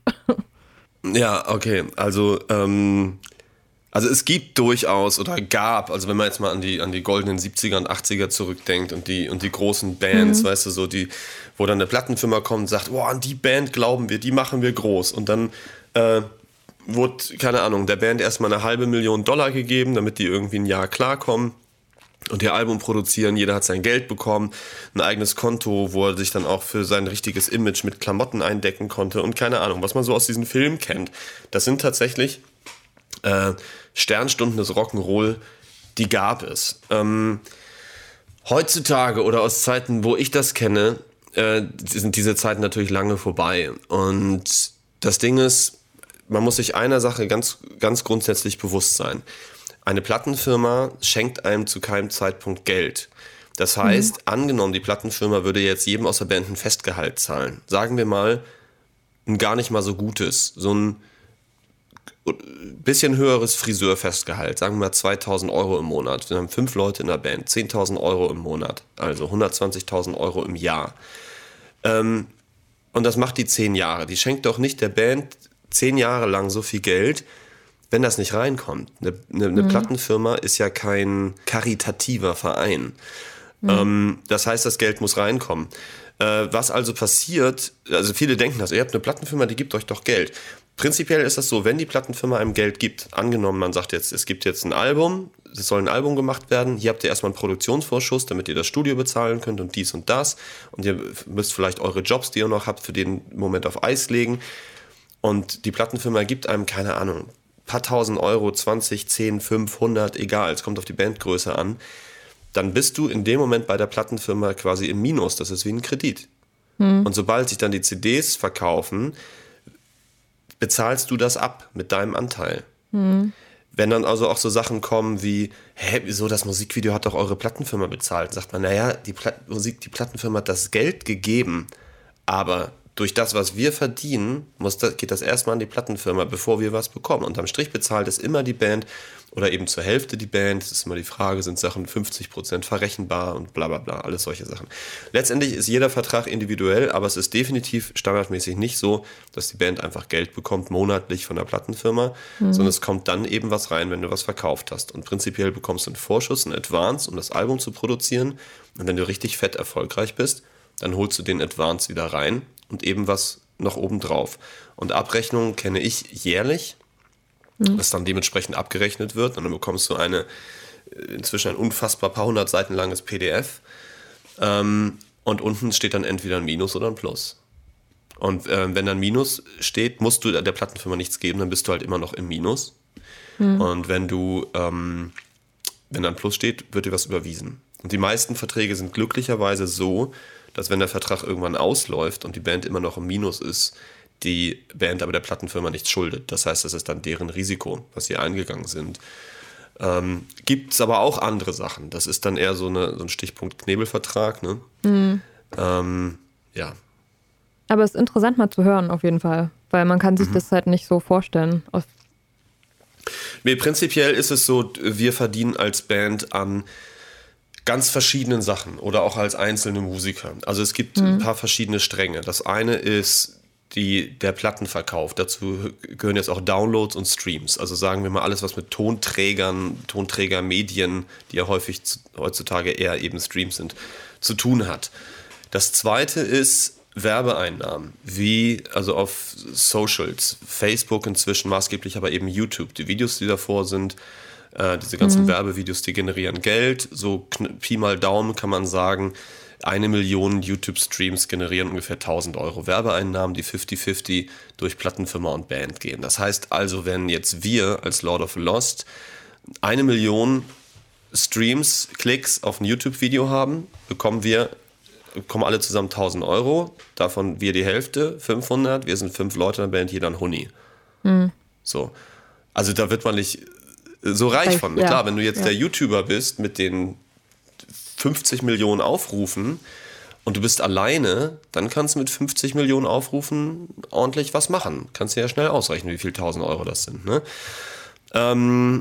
Ja, okay. Also, ähm, also es gibt durchaus oder gab, also wenn man jetzt mal an die, an die goldenen siebziger und achtziger zurückdenkt und die, und die großen Bands, mhm. weißt du, so die, wo dann eine Plattenfirma kommt und sagt, boah, an die Band glauben wir, die machen wir groß. Und dann äh, wurde, keine Ahnung, der Band erstmal eine halbe Million Dollar gegeben, damit die irgendwie ein Jahr klarkommen. Und ihr Album produzieren, jeder hat sein Geld bekommen, ein eigenes Konto, wo er sich dann auch für sein richtiges Image mit Klamotten eindecken konnte und keine Ahnung, was man so aus diesen Filmen kennt. Das sind tatsächlich äh, Sternstunden des Rock'n'Roll, die gab es. Ähm, heutzutage oder aus Zeiten, wo ich das kenne, äh, sind diese Zeiten natürlich lange vorbei. Und das Ding ist, man muss sich einer Sache ganz, ganz grundsätzlich bewusst sein. Eine Plattenfirma schenkt einem zu keinem Zeitpunkt Geld. Das heißt, mhm. angenommen, die Plattenfirma würde jetzt jedem aus der Band ein Festgehalt zahlen. Sagen wir mal, ein gar nicht mal so gutes, so ein bisschen höheres Friseurfestgehalt, sagen wir mal zweitausend Euro im Monat. Wir haben fünf Leute in der Band, zehntausend Euro im Monat, also hundertzwanzigtausend Euro im Jahr. Ähm, und das macht die zehn Jahre. Die schenkt doch nicht der Band zehn Jahre lang so viel Geld, wenn das nicht reinkommt. Eine, eine, eine mhm. Plattenfirma ist ja kein karitativer Verein. Mhm. Ähm, das heißt, das Geld muss reinkommen. Äh, was also passiert, also viele denken das, ihr habt eine Plattenfirma, die gibt euch doch Geld. Prinzipiell ist das so, wenn die Plattenfirma einem Geld gibt, angenommen, man sagt jetzt, es gibt jetzt ein Album, es soll ein Album gemacht werden, hier habt ihr erstmal einen Produktionsvorschuss, damit ihr das Studio bezahlen könnt und dies und das. Und ihr müsst vielleicht eure Jobs, die ihr noch habt, für den Moment auf Eis legen. Und die Plattenfirma gibt einem, keine Ahnung, paar tausend Euro, zwanzig, zehn, fünf, hundert, egal, es kommt auf die Bandgröße an, dann bist du in dem Moment bei der Plattenfirma quasi im Minus, das ist wie ein Kredit. Hm. Und sobald sich dann die C Ds verkaufen, bezahlst du das ab mit deinem Anteil. Hm. Wenn dann also auch so Sachen kommen wie, hä, wieso, das Musikvideo hat doch eure Plattenfirma bezahlt, sagt man, naja, die Pla- Musik, die Plattenfirma hat das Geld gegeben, aber durch das, was wir verdienen, muss das, geht das erstmal an die Plattenfirma, bevor wir was bekommen. Unterm Strich bezahlt es immer die Band oder eben zur Hälfte die Band. Das ist immer die Frage, sind Sachen fünfzig Prozent verrechenbar und bla bla bla, alles solche Sachen. Letztendlich ist jeder Vertrag individuell, aber es ist definitiv standardmäßig nicht so, dass die Band einfach Geld bekommt, monatlich von der Plattenfirma, mhm. sondern es kommt dann eben was rein, wenn du was verkauft hast. Und prinzipiell bekommst du einen Vorschuss, einen Advance, um das Album zu produzieren. Und wenn du richtig fett erfolgreich bist, dann holst du den Advance wieder rein und eben was noch obendrauf. Und Abrechnungen kenne ich jährlich, mhm. das dann dementsprechend abgerechnet wird. Und dann bekommst du eine, inzwischen ein unfassbar paar hundert Seiten langes P D F. Ähm, und unten steht dann entweder ein Minus oder ein Plus. Und äh, wenn dann Minus steht, musst du der Plattenfirma nichts geben, dann bist du halt immer noch im Minus. Mhm. Und wenn du, ähm, wenn dann Plus steht, wird dir was überwiesen. Und die meisten Verträge sind glücklicherweise so, dass wenn der Vertrag irgendwann ausläuft und die Band immer noch im Minus ist, die Band aber der Plattenfirma nichts schuldet. Das heißt, das ist dann deren Risiko, was sie eingegangen sind. Ähm, gibt es aber auch andere Sachen. Das ist dann eher so, eine, so ein Stichpunkt Knebelvertrag. Ne? Mhm. Ähm, ja. Aber es ist interessant mal zu hören auf jeden Fall, weil man kann sich mhm. das halt nicht so vorstellen. Nee, prinzipiell ist es so, wir verdienen als Band an ganz verschiedenen Sachen oder auch als einzelne Musiker. Also es gibt mhm. ein paar verschiedene Stränge. Das eine ist die, der Plattenverkauf. Dazu gehören jetzt auch Downloads und Streams. Also sagen wir mal alles, was mit Tonträgern, Tonträgermedien, die ja häufig zu, heutzutage eher eben Streams sind, zu tun hat. Das zweite ist Werbeeinnahmen, wie also auf Socials, Facebook inzwischen maßgeblich, aber eben YouTube. Die Videos, die davor sind, Äh, diese ganzen mhm. Werbevideos, die generieren Geld. So Pi mal Daumen kann man sagen, eine Million YouTube-Streams generieren ungefähr tausend Euro Werbeeinnahmen, die fünfzig fünfzig durch Plattenfirma und Band gehen. Das heißt also, wenn jetzt wir als Lord of the Lost eine Million Streams, Klicks auf ein YouTube-Video haben, bekommen wir, bekommen alle zusammen tausend Euro, davon wir die Hälfte, fünfhundert, wir sind fünf Leute in der Band, jeder ein Huni. Mhm. So. Also da wird man nicht so reich von. Ja. Klar, wenn du jetzt ja. der YouTuber bist mit den fünfzig Millionen Aufrufen und du bist alleine, dann kannst du mit fünfzig Millionen Aufrufen ordentlich was machen. Kannst du ja schnell ausrechnen, wie viel tausend Euro das sind. Ne? Ähm,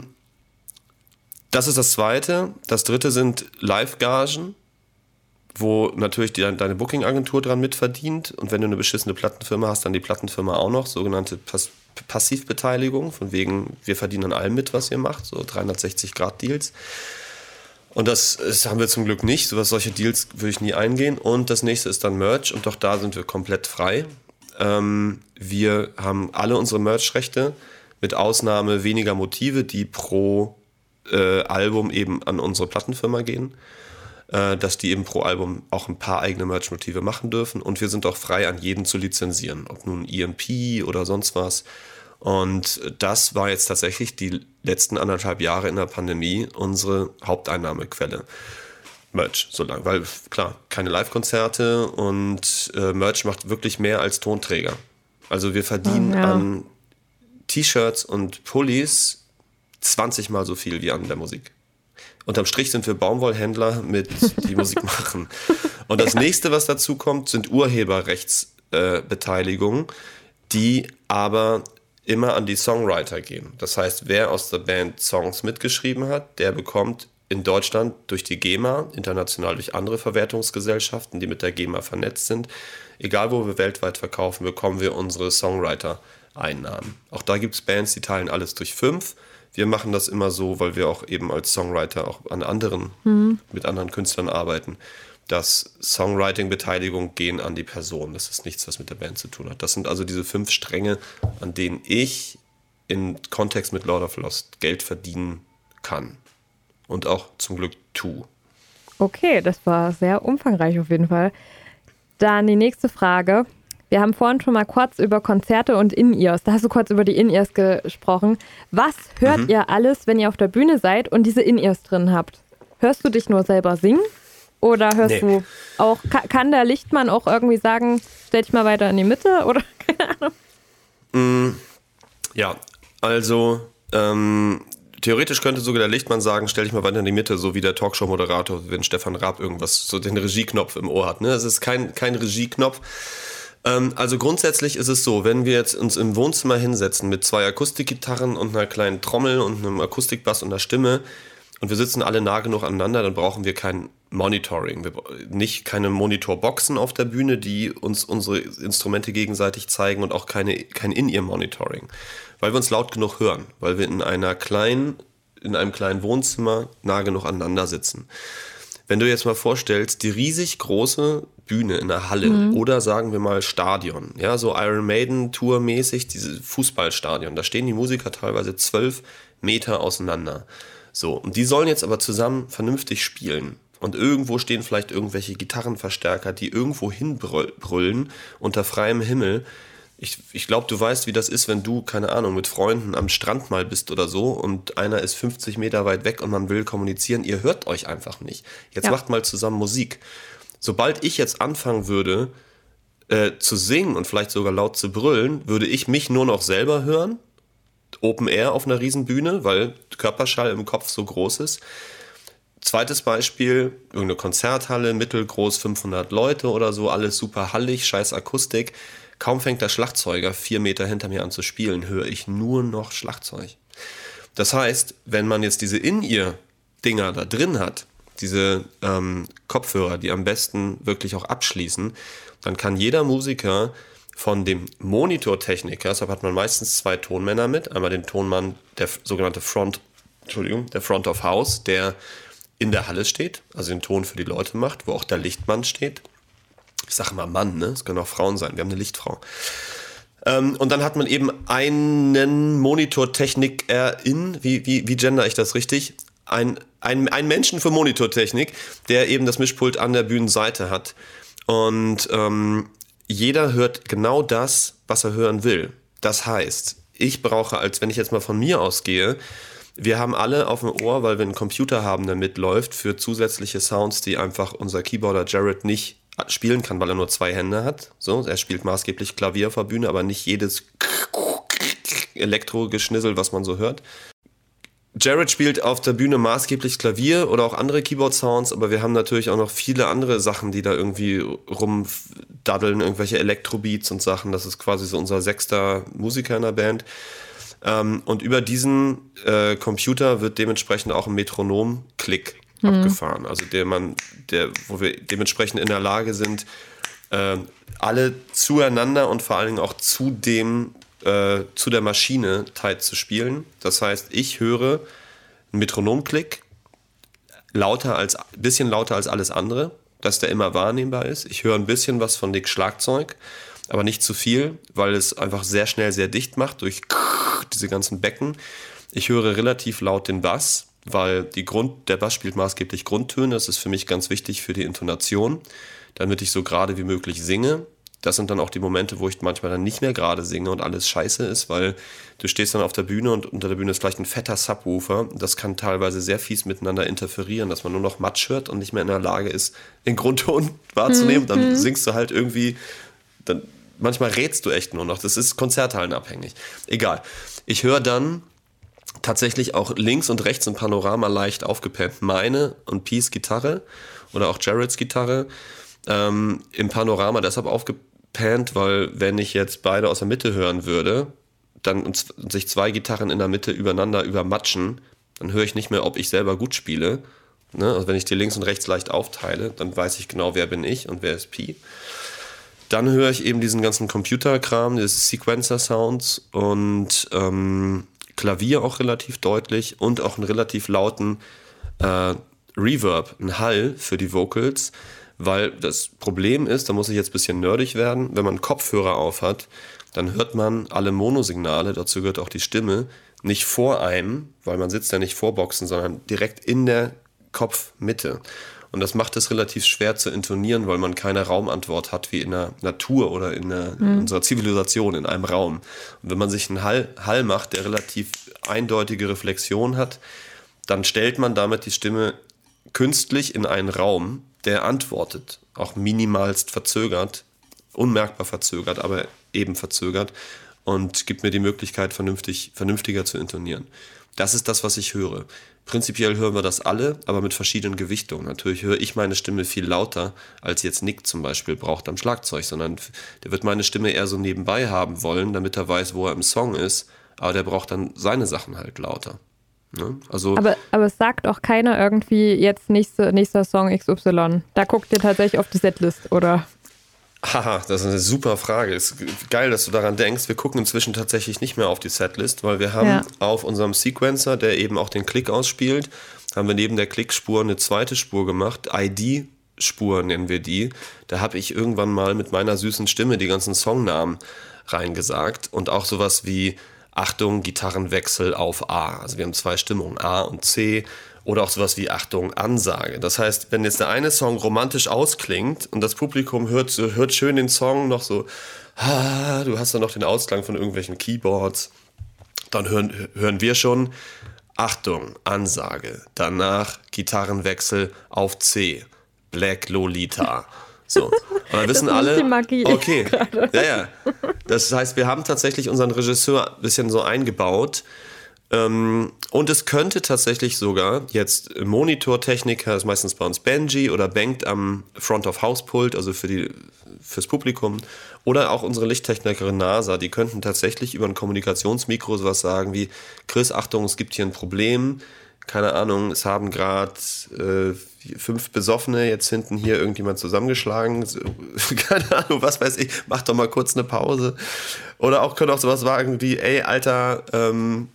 das ist das Zweite. Das Dritte sind Live-Gagen, wo natürlich die, deine Booking-Agentur dran mitverdient. Und wenn du eine beschissene Plattenfirma hast, dann die Plattenfirma auch noch, sogenannte Pass- Passivbeteiligung, von wegen, wir verdienen an allem mit, was ihr macht, so dreihundertsechzig Grad Deals. Und das, das haben wir zum Glück nicht, so was, solche Deals würde ich nie eingehen. Und das nächste ist dann Merch und doch da sind wir komplett frei. Ähm, wir haben alle unsere Merch-Rechte, mit Ausnahme weniger Motive, die pro äh, Album eben an unsere Plattenfirma gehen, äh, dass die eben pro Album auch ein paar eigene Merch-Motive machen dürfen. Und wir sind auch frei, an jeden zu lizenzieren, ob nun E M P oder sonst was. Und das war jetzt tatsächlich die letzten anderthalb Jahre in der Pandemie unsere Haupteinnahmequelle. Merch, so lang, weil klar, keine Live-Konzerte und äh, Merch macht wirklich mehr als Tonträger. Also wir verdienen ja. an T-Shirts und Pullis zwanzig Mal so viel wie an der Musik. Unterm Strich sind wir Baumwollhändler, mit die Musik machen. Und das ja. nächste, was dazu kommt, sind Urheberrechtsbeteiligungen, äh, die aber immer an die Songwriter gehen. Das heißt, wer aus der Band Songs mitgeschrieben hat, der bekommt in Deutschland durch die GEMA, international durch andere Verwertungsgesellschaften, die mit der GEMA vernetzt sind, egal wo wir weltweit verkaufen, bekommen wir unsere Songwriter einnahmen. Auch da gibt es Bands, die teilen alles durch fünf. Wir machen das immer so, weil wir auch eben als Songwriter auch an anderen, mhm. mit anderen Künstlern arbeiten, dass Songwriting-Beteiligung gehen an die Person. Das ist nichts, was mit der Band zu tun hat. Das sind also diese fünf Stränge, an denen ich in Kontext mit Lord of Lost Geld verdienen kann. Und auch zum Glück tue. Okay, das war sehr umfangreich auf jeden Fall. Dann die nächste Frage. Wir haben vorhin schon mal kurz über Konzerte und In-Ears. Da hast du kurz über die In-Ears gesprochen. Was hört mhm. ihr alles, wenn ihr auf der Bühne seid und diese In-Ears drin habt? Hörst du dich nur selber singen? Oder hörst nee. du auch, kann, kann der Lichtmann auch irgendwie sagen, stell dich mal weiter in die Mitte? Oder keine Ahnung? Mm, ja, also ähm, theoretisch könnte sogar der Lichtmann sagen, stell dich mal weiter in die Mitte, so wie der Talkshow-Moderator, wenn Stefan Raab irgendwas, so den Regieknopf im Ohr hat. Ne? Das ist kein, kein Regieknopf. Also grundsätzlich ist es so, wenn wir jetzt uns im Wohnzimmer hinsetzen mit zwei Akustikgitarren und einer kleinen Trommel und einem Akustikbass und einer Stimme und wir sitzen alle nah genug aneinander, dann brauchen wir kein Monitoring, wir nicht keine Monitorboxen auf der Bühne, die uns unsere Instrumente gegenseitig zeigen und auch keine, kein In-Ear-Monitoring, weil wir uns laut genug hören, weil wir in einer kleinen, in einem kleinen Wohnzimmer nah genug aneinander sitzen. Wenn du jetzt mal vorstellst, die riesig große Bühne in der Halle mhm. oder sagen wir mal Stadion, ja, so Iron Maiden Tour mäßig, diese Fußballstadion, da stehen die Musiker teilweise zwölf Meter auseinander. So, und die sollen jetzt aber zusammen vernünftig spielen. Und irgendwo stehen vielleicht irgendwelche Gitarrenverstärker, die irgendwo hinbrüllen unter freiem Himmel. Ich, ich glaube, du weißt, wie das ist, wenn du, keine Ahnung, mit Freunden am Strand mal bist oder so und einer ist fünfzig Meter weit weg und man will kommunizieren. Ihr hört euch einfach nicht. Jetzt ja. macht mal zusammen Musik. Sobald ich jetzt anfangen würde, äh, zu singen und vielleicht sogar laut zu brüllen, würde ich mich nur noch selber hören. Open Air auf einer Riesenbühne, weil Körperschall im Kopf so groß ist. Zweites Beispiel, irgendeine Konzerthalle, mittelgroß, fünfhundert Leute oder so, alles super hallig, scheiß Akustik. Kaum fängt der Schlagzeuger vier Meter hinter mir an zu spielen, höre ich nur noch Schlagzeug. Das heißt, wenn man jetzt diese In-Ear-Dinger da drin hat, diese ähm, Kopfhörer, die am besten wirklich auch abschließen, dann kann jeder Musiker von dem Monitortechniker, deshalb hat man meistens zwei Tonmänner mit, einmal den Tonmann, der sogenannte Front, Entschuldigung, der Front of House, der in der Halle steht, also den Ton für die Leute macht, wo auch der Lichtmann steht. Ich sage mal Mann, ne? Es können auch Frauen sein. Wir haben eine Lichtfrau. Ähm, und dann hat man eben einen Monitortechniker-In, wie, wie, wie gender ich das richtig? Ein, ein, ein Menschen für Monitortechnik, der eben das Mischpult an der Bühnenseite hat. Und ähm, jeder hört genau das, was er hören will. Das heißt, ich brauche, als wenn ich jetzt mal von mir ausgehe, wir haben alle auf dem Ohr, weil wir einen Computer haben, der mitläuft, für zusätzliche Sounds, die einfach unser Keyboarder Jared nicht spielen kann, weil er nur zwei Hände hat. So, er spielt maßgeblich Klavier auf der Bühne, aber nicht jedes Elektrogeschnissel, was man so hört. Jared spielt auf der Bühne maßgeblich Klavier oder auch andere Keyboard-Sounds, aber wir haben natürlich auch noch viele andere Sachen, die da irgendwie rumdaddeln, irgendwelche Elektrobeats und Sachen. Das ist quasi so unser sechster Musiker in der Band. Ähm, und über diesen äh, Computer wird dementsprechend auch ein Metronom-Klick mhm. abgefahren. Also der man, der, wo wir dementsprechend in der Lage sind, äh, alle zueinander und vor allen Dingen auch zu dem äh, zu der Maschine tight zu spielen. Das heißt, ich höre einen Metronomklick lauter als bisschen lauter als alles andere, dass der immer wahrnehmbar ist. Ich höre ein bisschen was von Nick Schlagzeug, aber nicht zu viel, weil es einfach sehr schnell sehr dicht macht durch diese ganzen Becken. Ich höre relativ laut den Bass, weil die Grund, der Bass spielt maßgeblich Grundtöne. Das ist für mich ganz wichtig für die Intonation, damit ich so gerade wie möglich singe. Das sind dann auch die Momente, wo ich manchmal dann nicht mehr gerade singe und alles scheiße ist, weil du stehst dann auf der Bühne und unter der Bühne ist vielleicht ein fetter Subwoofer. Das kann teilweise sehr fies miteinander interferieren, dass man nur noch Matsch hört und nicht mehr in der Lage ist, den Grundton wahrzunehmen. Mhm. Dann singst du halt irgendwie, dann manchmal rätst du echt nur noch. Das ist konzerthallenabhängig. Egal. Ich höre dann tatsächlich auch links und rechts im Panorama leicht aufgepennt meine und Peace Gitarre oder auch Jareds Gitarre ähm, im Panorama deshalb aufgepennt, weil wenn ich jetzt beide aus der Mitte hören würde, dann und sich zwei Gitarren in der Mitte übereinander übermatschen, dann höre ich nicht mehr, ob ich selber gut spiele. Ne? Also wenn ich die links und rechts leicht aufteile, dann weiß ich genau, wer bin ich und wer ist Pi. Dann höre ich eben diesen ganzen Computerkram, diese Sequencer-Sounds und ähm, Klavier auch relativ deutlich und auch einen relativ lauten äh, Reverb, einen Hall für die Vocals, weil das Problem ist, da muss ich jetzt ein bisschen nerdig werden, wenn man Kopfhörer auf hat, dann hört man alle Monosignale, dazu gehört auch die Stimme, nicht vor einem, weil man sitzt ja nicht vor Boxen, sondern direkt in der Kopfmitte. Und das macht es relativ schwer zu intonieren, weil man keine Raumantwort hat, wie in der Natur oder in, der, mhm. in unserer Zivilisation, in einem Raum. Und wenn man sich einen Hall, Hall macht, der relativ eindeutige Reflexion hat, dann stellt man damit die Stimme künstlich in einen Raum, der antwortet, auch minimalst verzögert, unmerkbar verzögert, aber eben verzögert und gibt mir die Möglichkeit, vernünftig, vernünftiger zu intonieren. Das ist das, was ich höre. Prinzipiell hören wir das alle, aber mit verschiedenen Gewichtungen. Natürlich höre ich meine Stimme viel lauter, als jetzt Nick zum Beispiel braucht am Schlagzeug, sondern der wird meine Stimme eher so nebenbei haben wollen, damit er weiß, wo er im Song ist, aber der braucht dann seine Sachen halt lauter. Ne? Also, aber, aber es sagt auch keiner irgendwie jetzt nächste, nächster Song X Y. Da guckt ihr tatsächlich auf die Setlist, oder? Haha, das ist eine super Frage. Ist geil, dass du daran denkst. Wir gucken inzwischen tatsächlich nicht mehr auf die Setlist, weil wir haben ja. auf unserem Sequencer, der eben auch den Klick ausspielt, haben wir neben der Klickspur eine zweite Spur gemacht. I D-Spur nennen wir die. Da habe ich irgendwann mal mit meiner süßen Stimme die ganzen Songnamen reingesagt und auch sowas wie Achtung, Gitarrenwechsel auf A. Also wir haben zwei Stimmungen, A und C. Oder auch sowas wie Achtung, Ansage. Das heißt, wenn jetzt der eine Song romantisch ausklingt und das Publikum hört, hört schön den Song noch so, ah, du hast dann noch den Ausklang von irgendwelchen Keyboards, dann hören, hören wir schon Achtung, Ansage. Danach Gitarrenwechsel auf C. Black Lolita. So. Und dann wissen das ist alle, die Magie okay, gerade. ja, ja. Das heißt, wir haben tatsächlich unseren Regisseur ein bisschen so eingebaut. Ähm, und es könnte tatsächlich sogar jetzt Monitortechniker, ist meistens bei uns Benji oder bangt am Front-of-House-Pult, also für die, fürs Publikum, oder auch unsere Lichttechnikerin NASA, die könnten tatsächlich über ein Kommunikationsmikro sowas sagen wie, Chris, Achtung, es gibt hier ein Problem, keine Ahnung, es haben gerade äh, fünf Besoffene jetzt hinten hier irgendjemand zusammengeschlagen, keine Ahnung, was weiß ich, mach doch mal kurz eine Pause. Oder auch können auch sowas sagen wie, ey, Alter, ähm,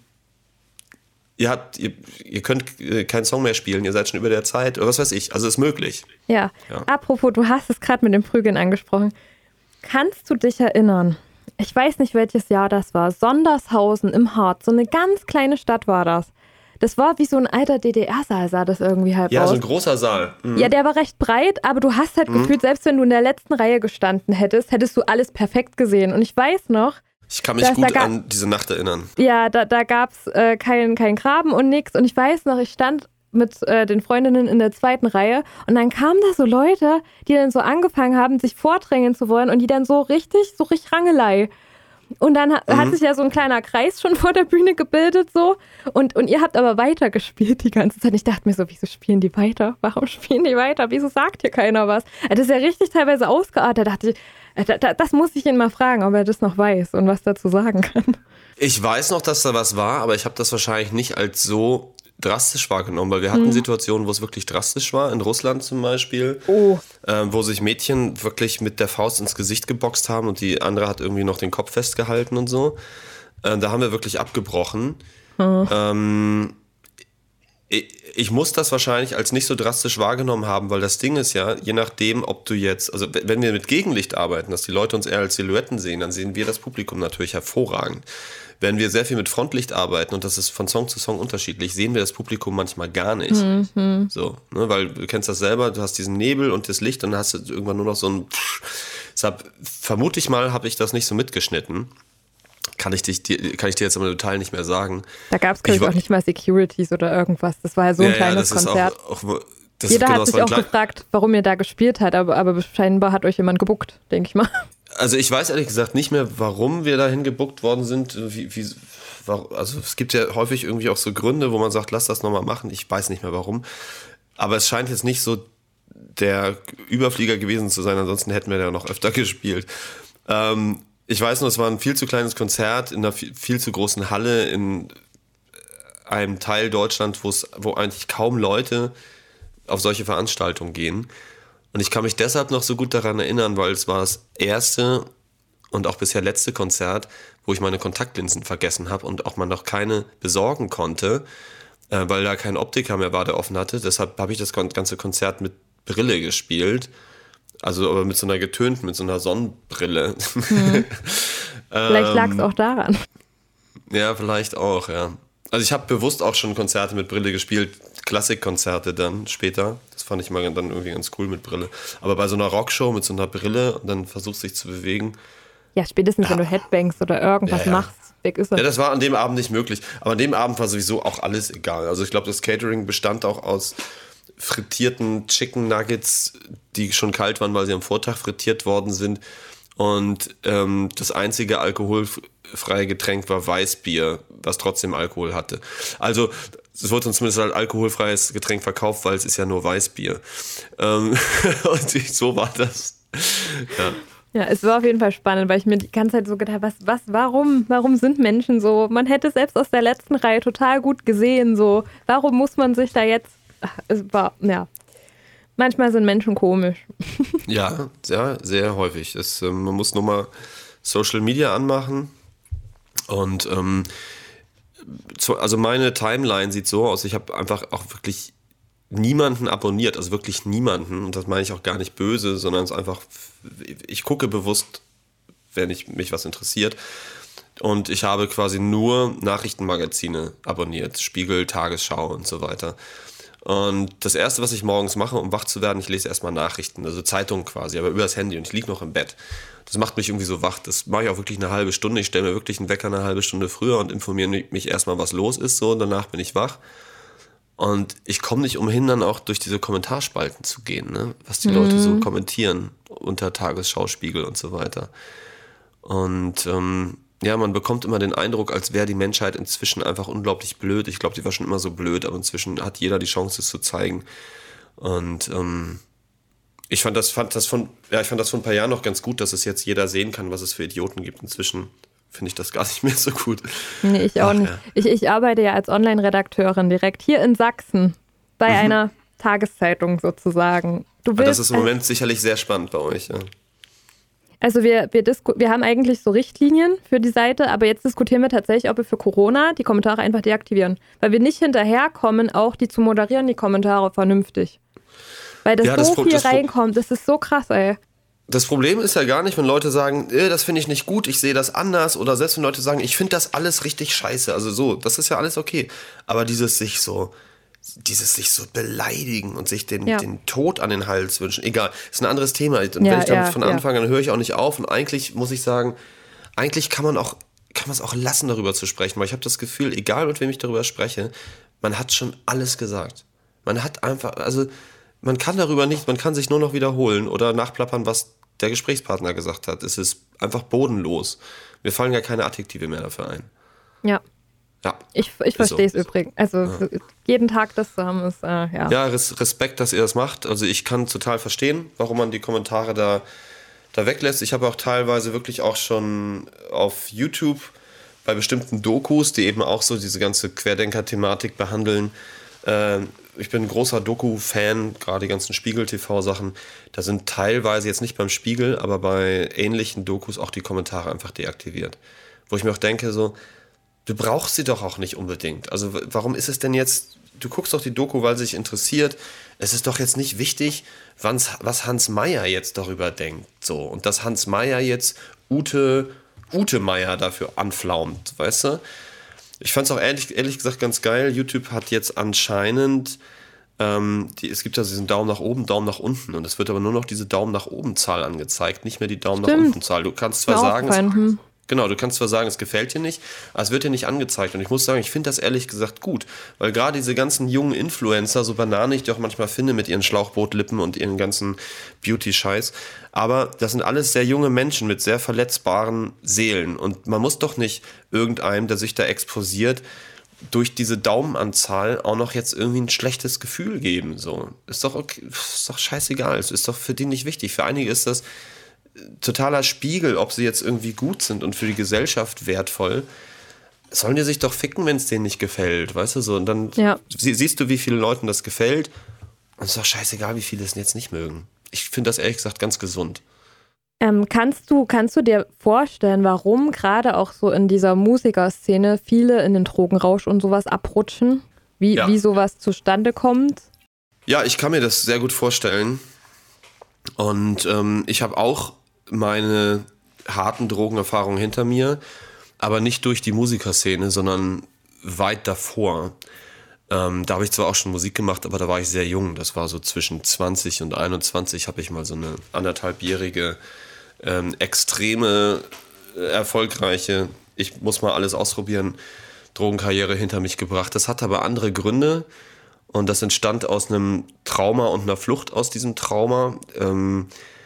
Ihr, habt, ihr, ihr könnt keinen Song mehr spielen, ihr seid schon über der Zeit oder was weiß ich, also ist möglich. Ja, ja. Apropos, du hast es gerade mit dem Prügeln angesprochen. Kannst du dich erinnern, ich weiß nicht, welches Jahr das war, Sondershausen im Harz, so eine ganz kleine Stadt war das. Das war wie so ein alter D D R-Saal, sah das irgendwie halt ja, aus. Ja, so ein großer Saal. Mhm. Ja, der war recht breit, aber du hast halt mhm. gefühlt, selbst wenn du in der letzten Reihe gestanden hättest, hättest du alles perfekt gesehen. Und ich weiß noch, ich kann mich das, gut ga- an diese Nacht erinnern. Ja, da, da gab es äh, keinen kein Graben und nix. Und ich weiß noch, ich stand mit äh, den Freundinnen in der zweiten Reihe und dann kamen da so Leute, die dann so angefangen haben, sich vordrängen zu wollen und die dann so richtig, so richtig Rangelei. Und dann ha- mhm. hat sich ja so ein kleiner Kreis schon vor der Bühne gebildet so und, und ihr habt aber weitergespielt die ganze Zeit. Ich dachte mir so, wieso spielen die weiter? Warum spielen die weiter? Wieso sagt hier keiner was? Das ist ja richtig teilweise ausgeartet. Da dachte ich, das muss ich ihn mal fragen, ob er das noch weiß und was dazu sagen kann. Ich weiß noch, dass da was war, aber ich habe das wahrscheinlich nicht als so drastisch wahrgenommen, weil wir hatten hm. Situationen, wo es wirklich drastisch war, in Russland zum Beispiel, oh. äh, wo sich Mädchen wirklich mit der Faust ins Gesicht geboxt haben und die andere hat irgendwie noch den Kopf festgehalten und so. Äh, da haben wir wirklich abgebrochen. Hm. Ähm, Ich muss das wahrscheinlich als nicht so drastisch wahrgenommen haben, weil das Ding ist ja, je nachdem, ob du jetzt, also wenn wir mit Gegenlicht arbeiten, dass die Leute uns eher als Silhouetten sehen, dann sehen wir das Publikum natürlich hervorragend. Wenn wir sehr viel mit Frontlicht arbeiten, und das ist von Song zu Song unterschiedlich, sehen wir das Publikum manchmal gar nicht. Mhm. So, ne, weil du kennst das selber, du hast diesen Nebel und das Licht und dann hast du irgendwann nur noch so ein Psch. Deshalb vermute ich mal, habe ich das nicht so mitgeschnitten. Kann ich, dich, kann ich dir jetzt im Detail nicht mehr sagen. Da gab es, glaube ich, auch nicht mal Securities oder irgendwas. Das war ja so ein ja, kleines ja, das Konzert. Ist auch, auch, das Jeder ist genau, hat sich auch klein... gefragt, warum ihr da gespielt habt, aber, aber scheinbar hat euch jemand gebuckt, denke ich mal. Also ich weiß ehrlich gesagt nicht mehr, warum wir dahin gebuckt worden sind. Wie, wie, also es gibt ja häufig irgendwie auch so Gründe, wo man sagt, lass das nochmal machen. Ich weiß nicht mehr warum. Aber es scheint jetzt nicht so der Überflieger gewesen zu sein, ansonsten hätten wir da noch öfter gespielt. Ähm, Ich weiß nur, es war ein viel zu kleines Konzert in einer viel, viel zu großen Halle in einem Teil Deutschland, wo es, wo eigentlich kaum Leute auf solche Veranstaltungen gehen. Und ich kann mich deshalb noch so gut daran erinnern, weil es war das erste und auch bisher letzte Konzert, wo ich meine Kontaktlinsen vergessen habe und auch man noch keine besorgen konnte, äh, weil da kein Optiker mehr war, der offen hatte. Deshalb habe ich das ganze Konzert mit Brille gespielt. Also aber mit so einer getönten, mit so einer Sonnenbrille. Mhm. Vielleicht lag es auch daran. Ja, vielleicht auch, ja. Also ich habe bewusst auch schon Konzerte mit Brille gespielt, Klassikkonzerte dann später. Das fand ich mal dann irgendwie ganz cool mit Brille. Aber bei so einer Rockshow mit so einer Brille und dann versuchst dich zu bewegen. Ja, spätestens ja. wenn du Headbangst oder irgendwas ja, ja. machst, weg ist er. Ja, das war an dem Abend nicht möglich. Aber an dem Abend war sowieso auch alles egal. Also ich glaube, das Catering bestand auch aus frittierten Chicken Nuggets, die schon kalt waren, weil sie am Vortag frittiert worden sind. Und ähm, das einzige alkoholfreie Getränk war Weißbier, was trotzdem Alkohol hatte. Also es wurde uns zumindest als alkoholfreies Getränk verkauft, weil es ist ja nur Weißbier. Ähm, und so war das. Ja. Ja, es war auf jeden Fall spannend, weil ich mir die ganze Zeit so gedacht habe, was, was, warum, warum sind Menschen so? Man hätte es selbst aus der letzten Reihe total gut gesehen, so. Warum muss man sich da jetzt, ach, es war, ja. Manchmal sind Menschen komisch. Ja, sehr, sehr häufig. Es, ähm, man muss nur mal Social Media anmachen und ähm, zu, also meine Timeline sieht so aus, ich habe einfach auch wirklich niemanden abonniert, also wirklich niemanden, und das meine ich auch gar nicht böse, sondern es ist einfach, ich gucke bewusst, wenn ich, mich was interessiert, und ich habe quasi nur Nachrichtenmagazine abonniert, Spiegel, Tagesschau und so weiter. Und das Erste, was ich morgens mache, um wach zu werden, ich lese erstmal Nachrichten, also Zeitungen quasi, aber über das Handy, und ich liege noch im Bett. Das macht mich irgendwie so wach. Das mache ich auch wirklich eine halbe Stunde. Ich stelle mir wirklich einen Wecker eine halbe Stunde früher und informiere mich erstmal, was los ist, so, und danach bin ich wach. Und ich komme nicht umhin, dann auch durch diese Kommentarspalten zu gehen, ne? Was die mhm. Leute so kommentieren unter Tagesschau, Spiegel und so weiter. Und ähm, ja, man bekommt immer den Eindruck, als wäre die Menschheit inzwischen einfach unglaublich blöd. Ich glaube, die war schon immer so blöd, aber inzwischen hat jeder die Chance, es zu zeigen. Und ähm, ich fand das, fand das von, ja, ich fand das vor ein paar Jahren noch ganz gut, dass es jetzt jeder sehen kann, was es für Idioten gibt. Inzwischen finde ich das gar nicht mehr so gut. Nee, ich auch Ach, nicht. Ja. Ich, ich arbeite ja als Online-Redakteurin direkt hier in Sachsen bei mhm. einer Tageszeitung sozusagen. Du willst, das ist im Moment äh, sicherlich sehr spannend bei euch, ja. Also wir, wir, disku- wir haben eigentlich so Richtlinien für die Seite, aber jetzt diskutieren wir tatsächlich, ob wir für Corona die Kommentare einfach deaktivieren. Weil wir nicht hinterherkommen, auch die zu moderieren, die Kommentare vernünftig. Weil das, ja, das so Pro- viel das reinkommt, das ist so krass, ey. Das Problem ist ja gar nicht, wenn Leute sagen, äh, das finde ich nicht gut, ich sehe das anders, oder selbst wenn Leute sagen, ich finde das alles richtig scheiße, also so, das ist ja alles okay. Aber dieses sich so, dieses sich so beleidigen und sich den, ja. den Tod an den Hals wünschen, egal, ist ein anderes Thema. Und ja, wenn ich damit ja, von Anfang an, dann höre ich auch nicht auf. Und eigentlich muss ich sagen, eigentlich kann man auch, kann man es auch lassen, darüber zu sprechen, weil ich habe das Gefühl, egal mit wem ich darüber spreche, man hat schon alles gesagt. Man hat einfach, also man kann darüber nicht, man kann sich nur noch wiederholen oder nachplappern, was der Gesprächspartner gesagt hat. Es ist einfach bodenlos. Mir fallen gar keine Adjektive mehr dafür ein. Ja. Ja, ich ich verstehe es so. übrigens. Also ja. jeden Tag das zu haben ist, äh, ja. Ja, res- Respekt, dass ihr das macht. Also ich kann total verstehen, warum man die Kommentare da, da weglässt. Ich habe auch teilweise wirklich auch schon auf YouTube bei bestimmten Dokus, die eben auch so diese ganze Querdenker-Thematik behandeln. Äh, ich bin ein großer Doku-Fan, gerade die ganzen Spiegel-T V-Sachen. Da sind teilweise, jetzt nicht beim Spiegel, aber bei ähnlichen Dokus auch die Kommentare einfach deaktiviert. Wo ich mir auch denke, so, du brauchst sie doch auch nicht unbedingt. Also warum ist es denn jetzt, du guckst doch die Doku, weil sie dich interessiert. Es ist doch jetzt nicht wichtig, was Hans Meyer jetzt darüber denkt. So. Und dass Hans Meyer jetzt Ute, Ute Meyer dafür anflaumt, weißt du? Ich fand es auch ehrlich, ehrlich gesagt ganz geil. YouTube hat jetzt anscheinend, ähm, die, es gibt ja diesen Daumen nach oben, Daumen nach unten. Und es wird aber nur noch diese Daumen nach oben Zahl angezeigt, nicht mehr die Daumen Stimmt. nach unten Zahl. Du kannst zwar sagen, es, Genau, du kannst zwar sagen, es gefällt dir nicht, aber es wird dir nicht angezeigt. Und ich muss sagen, ich finde das ehrlich gesagt gut. Weil gerade diese ganzen jungen Influencer, so banane ich die auch manchmal finde mit ihren Schlauchbootlippen und ihren ganzen Beauty-Scheiß, aber das sind alles sehr junge Menschen mit sehr verletzbaren Seelen. Und man muss doch nicht irgendeinem, der sich da exposiert, durch diese Daumenanzahl auch noch jetzt irgendwie ein schlechtes Gefühl geben. So. Ist doch okay, ist doch scheißegal. Es ist doch für die nicht wichtig. Für einige ist das totaler Spiegel, ob sie jetzt irgendwie gut sind und für die Gesellschaft wertvoll. Sollen die sich doch ficken, wenn es denen nicht gefällt, weißt du so? Und dann ja. sie, siehst du, wie vielen Leuten das gefällt. Und es ist doch scheißegal, wie viele es jetzt nicht mögen. ich finde das ehrlich gesagt ganz gesund. Ähm, kannst du, kannst du dir vorstellen, warum gerade auch so in dieser Musikerszene viele in den Drogenrausch und sowas abrutschen? Wie, Ja. wie sowas zustande kommt? Ja, ich kann mir das sehr gut vorstellen. Und ähm, ich habe auch meine harten Drogenerfahrungen hinter mir, aber nicht durch die Musikerszene, sondern weit davor. Ähm, da habe ich zwar auch schon Musik gemacht, aber da war ich sehr jung. Das war so zwischen zwanzig und einundzwanzig, habe ich mal so eine anderthalbjährige, ähm, extreme, äh, erfolgreiche, ich muss mal alles ausprobieren, Drogenkarriere hinter mich gebracht. Das hatte aber andere Gründe und das entstand aus einem Trauma und einer Flucht aus diesem Trauma. Ähm,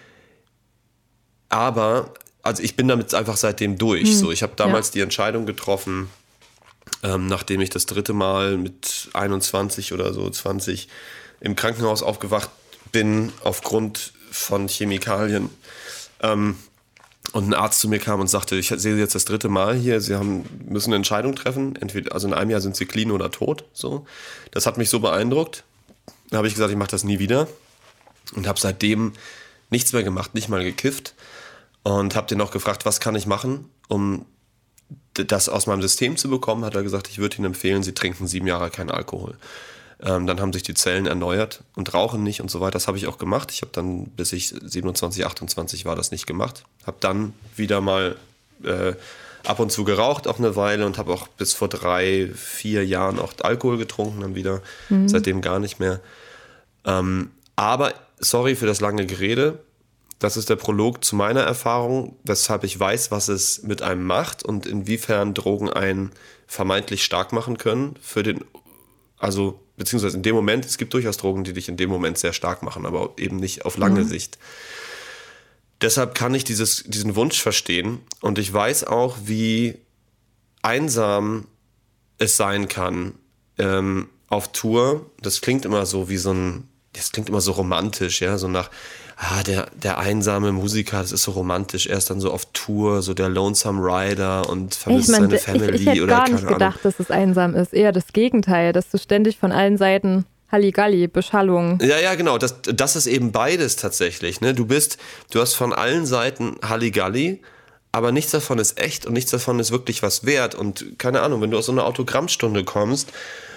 aber, also ich bin damit einfach seitdem durch. Hm, So, ich habe damals ja. die Entscheidung getroffen, ähm, nachdem ich das dritte Mal mit einundzwanzig oder so, zwanzig, im Krankenhaus aufgewacht bin, aufgrund von Chemikalien. Ähm, und ein Arzt zu mir kam und sagte, ich sehe Sie jetzt das dritte Mal hier, Sie haben, müssen eine Entscheidung treffen, entweder, also in einem Jahr sind Sie clean oder tot. So. Das hat mich so beeindruckt. Da habe ich gesagt, ich mache das nie wieder. Und habe seitdem nichts mehr gemacht, nicht mal gekifft. Und habe den auch gefragt, was kann ich machen, um das aus meinem System zu bekommen. Hat er gesagt, ich würde Ihnen empfehlen, Sie trinken sieben Jahre keinen Alkohol. Ähm, dann haben sich die Zellen erneuert und rauchen nicht und so weiter. Das habe ich auch gemacht. Ich habe dann, bis ich siebenundzwanzig, achtundzwanzig war, das nicht gemacht. Habe dann wieder mal äh, ab und zu geraucht, auch eine Weile, und habe auch bis vor drei, vier Jahren auch Alkohol getrunken, dann wieder, mhm. seitdem gar nicht mehr. Ähm, aber, sorry für das lange Gerede, das ist der Prolog zu meiner Erfahrung, weshalb ich weiß, was es mit einem macht und inwiefern Drogen einen vermeintlich stark machen können für den, also beziehungsweise in dem Moment, es gibt durchaus Drogen, die dich in dem Moment sehr stark machen, aber eben nicht auf lange mhm. Sicht. Deshalb kann ich dieses, diesen Wunsch verstehen und ich weiß auch, wie einsam es sein kann ähm, auf Tour. Das klingt immer so wie so ein, das klingt immer so romantisch, ja, so nach, ah, der, der einsame Musiker, das ist so romantisch, er ist dann so auf Tour, so der Lonesome Rider und vermisst ich mein, seine Family. Ich, ich hätte oder gar nicht gedacht, dass es einsam ist, eher das Gegenteil, dass du ständig von allen Seiten Halligalli, Beschallung. Ja, ja, genau, das, das ist eben beides tatsächlich, ne? Du bist, du hast von allen Seiten Halligalli, aber nichts davon ist echt und nichts davon ist wirklich was wert und keine Ahnung, wenn du aus so einer Autogrammstunde kommst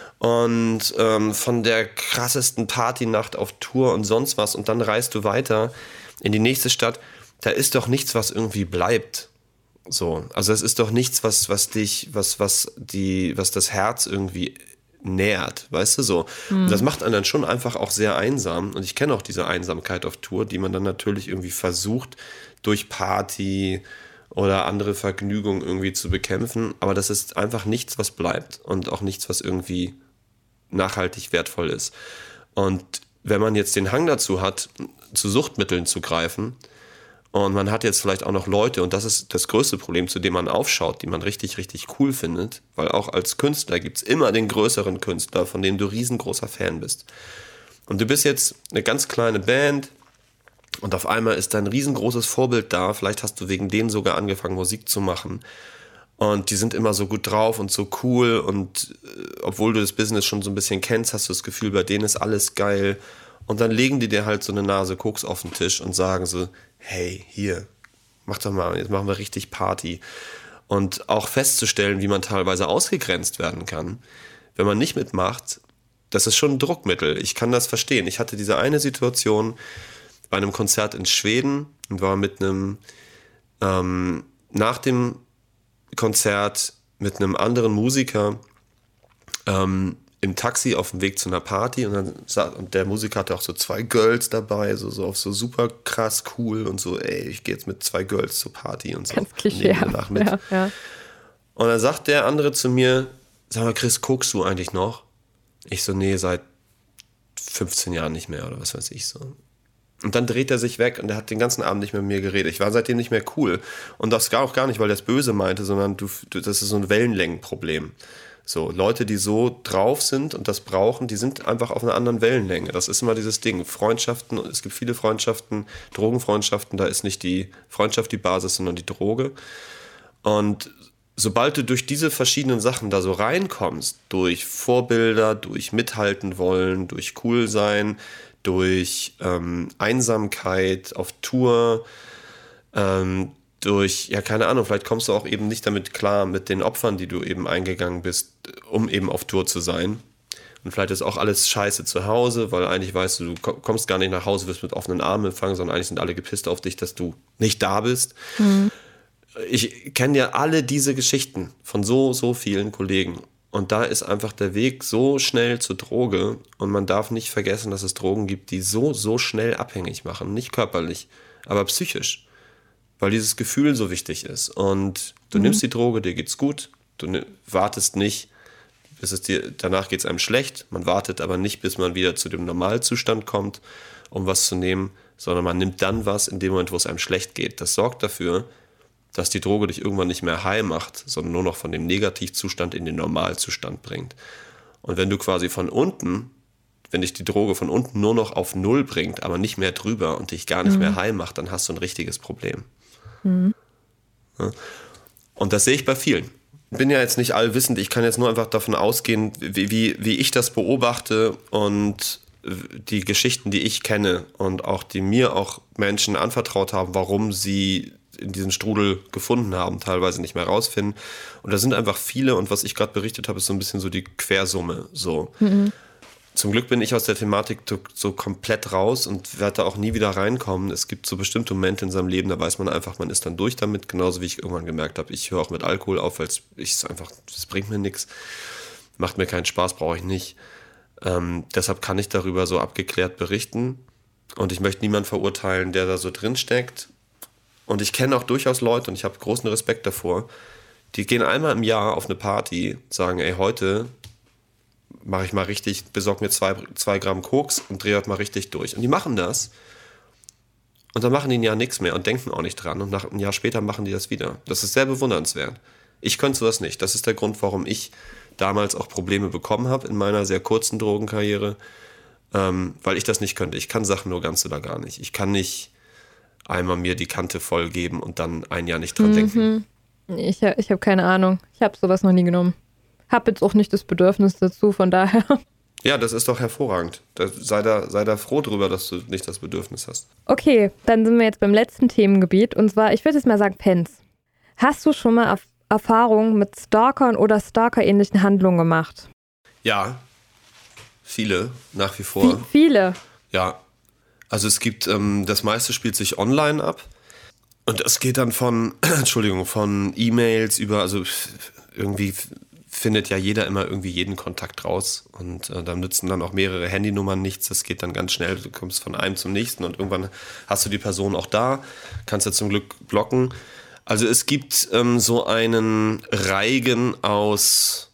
und ähm, von der krassesten Partynacht auf Tour und sonst was und dann reist du weiter in die nächste Stadt, da ist doch nichts, was irgendwie bleibt. So, also es ist doch nichts, was, was dich, was, was die, was das Herz irgendwie nährt, weißt du so. Mhm. Und das macht einen dann schon einfach auch sehr einsam und ich kenne auch diese Einsamkeit auf Tour, die man dann natürlich irgendwie versucht durch Party oder andere Vergnügungen irgendwie zu bekämpfen, aber das ist einfach nichts, was bleibt und auch nichts, was irgendwie nachhaltig wertvoll ist. Und wenn man jetzt den Hang dazu hat, zu Suchtmitteln zu greifen und man hat jetzt vielleicht auch noch Leute, und das ist das größte Problem, zu dem man aufschaut, die man richtig, richtig cool findet, weil auch als Künstler gibt es immer den größeren Künstler, von dem du riesengroßer Fan bist. Und du bist jetzt eine ganz kleine Band und auf einmal ist da ein riesengroßes Vorbild da, vielleicht hast du wegen denen sogar angefangen, Musik zu machen. Und die sind immer so gut drauf und so cool und äh, obwohl du das Business schon so ein bisschen kennst, hast du das Gefühl, bei denen ist alles geil. Und dann legen die dir halt so eine Nase Koks auf den Tisch und sagen so, hey, hier, mach doch mal, jetzt machen wir richtig Party. Und auch festzustellen, wie man teilweise ausgegrenzt werden kann, wenn man nicht mitmacht, das ist schon ein Druckmittel. Ich kann das verstehen. Ich hatte diese eine Situation bei einem Konzert in Schweden und war mit einem, ähm, nach dem Konzert mit einem anderen Musiker ähm, im Taxi auf dem Weg zu einer Party und dann sah, und der Musiker hatte auch so zwei Girls dabei, so, so auf so super krass cool und so, ey, ich gehe jetzt mit zwei Girls zur Party und so. Ganz klischeehaft, ja, ja. Und dann sagt der andere zu mir, sag mal, Chris, guckst du eigentlich noch? Ich so, nee, seit fünfzehn Jahren nicht mehr oder was weiß ich so. Und dann dreht er sich weg und er hat den ganzen Abend nicht mehr mit mir geredet. Ich war seitdem nicht mehr cool. Und das gar auch gar nicht, weil er es böse meinte, sondern du, du, das ist so ein Wellenlängenproblem. So, Leute, die so drauf sind und das brauchen, die sind einfach auf einer anderen Wellenlänge. Das ist immer dieses Ding. Freundschaften, es gibt viele Freundschaften, Drogenfreundschaften, da ist nicht die Freundschaft die Basis, sondern die Droge. Und sobald du durch diese verschiedenen Sachen da so reinkommst, durch Vorbilder, durch mithalten wollen, durch cool sein, durch ähm, Einsamkeit auf Tour, ähm, durch, ja keine Ahnung, vielleicht kommst du auch eben nicht damit klar mit den Opfern, die du eben eingegangen bist, um eben auf Tour zu sein. Und vielleicht ist auch alles scheiße zu Hause, weil eigentlich weißt du, du kommst gar nicht nach Hause, wirst mit offenen Armen empfangen, sondern eigentlich sind alle gepisst auf dich, dass du nicht da bist. Mhm. Ich kenne ja alle diese Geschichten von so, so vielen Kollegen. Und da ist einfach der Weg so schnell zur Droge. Und man darf nicht vergessen, dass es Drogen gibt, die so, so schnell abhängig machen. Nicht körperlich, aber psychisch. Weil dieses Gefühl so wichtig ist. Und du mhm. nimmst die Droge, dir geht's gut. Du wartest nicht, bis es dir, danach geht's einem schlecht. Man wartet aber nicht, bis man wieder zu dem Normalzustand kommt, um was zu nehmen. Sondern man nimmt dann was in dem Moment, wo es einem schlecht geht. Das sorgt dafür, dass die Droge dich irgendwann nicht mehr high macht, sondern nur noch von dem Negativzustand in den Normalzustand bringt. Und wenn du quasi von unten, wenn dich die Droge von unten nur noch auf Null bringt, aber nicht mehr drüber und dich gar nicht mhm. mehr high macht, dann hast du ein richtiges Problem. Mhm. Ja. Und das sehe ich bei vielen. Ich bin ja jetzt nicht allwissend, ich kann jetzt nur einfach davon ausgehen, wie, wie, wie ich das beobachte und die Geschichten, die ich kenne und auch die mir auch Menschen anvertraut haben, warum sie in diesem Strudel gefunden haben, teilweise nicht mehr rausfinden. Und da sind einfach viele, und was ich gerade berichtet habe, ist so ein bisschen so die Quersumme. So. Mhm. Zum Glück bin ich aus der Thematik so komplett raus und werde da auch nie wieder reinkommen. Es gibt so bestimmte Momente in seinem Leben, da weiß man einfach, man ist dann durch damit, genauso wie ich irgendwann gemerkt habe, ich höre auch mit Alkohol auf, weil ich es einfach, das bringt mir nichts, macht mir keinen Spaß, brauche ich nicht. Ähm, deshalb kann ich darüber so abgeklärt berichten und ich möchte niemanden verurteilen, der da so drin steckt. Und ich kenne auch durchaus Leute, und ich habe großen Respekt davor, die gehen einmal im Jahr auf eine Party, sagen, ey, heute mache ich mal richtig, besorge mir zwei, zwei Gramm Koks und drehe heute mal richtig durch. Und die machen das und dann machen die ein Jahr nichts mehr und denken auch nicht dran. Und nach einem Jahr später machen die das wieder. Das ist sehr bewundernswert. Ich könnte sowas nicht. Das ist der Grund, warum ich damals auch Probleme bekommen habe in meiner sehr kurzen Drogenkarriere, ähm, weil ich das nicht könnte. Ich kann Sachen nur ganz oder gar nicht. Ich kann nicht einmal mir die Kante voll geben und dann ein Jahr nicht dran mhm. denken. Ich, ich habe keine Ahnung. Ich habe sowas noch nie genommen. Habe jetzt auch nicht das Bedürfnis dazu, von daher. Ja, das ist doch hervorragend. Da, sei, da, sei da froh drüber, dass du nicht das Bedürfnis hast. Okay, dann sind wir jetzt beim letzten Themengebiet. Und zwar, ich würde jetzt mal sagen, Pens. Hast du schon mal Erf- Erfahrungen mit Stalkern oder Stalker-ähnlichen Handlungen gemacht? Ja, viele, nach wie vor. Wie viele? Ja. Also es gibt, ähm, das meiste spielt sich online ab und es geht dann von, Entschuldigung, von E-Mails über, also irgendwie findet ja jeder immer irgendwie jeden Kontakt raus und äh, dann nützen dann auch mehrere Handynummern nichts, das geht dann ganz schnell, du kommst von einem zum nächsten und irgendwann hast du die Person auch da, kannst ja zum Glück blocken. Also es gibt ähm, so einen Reigen aus,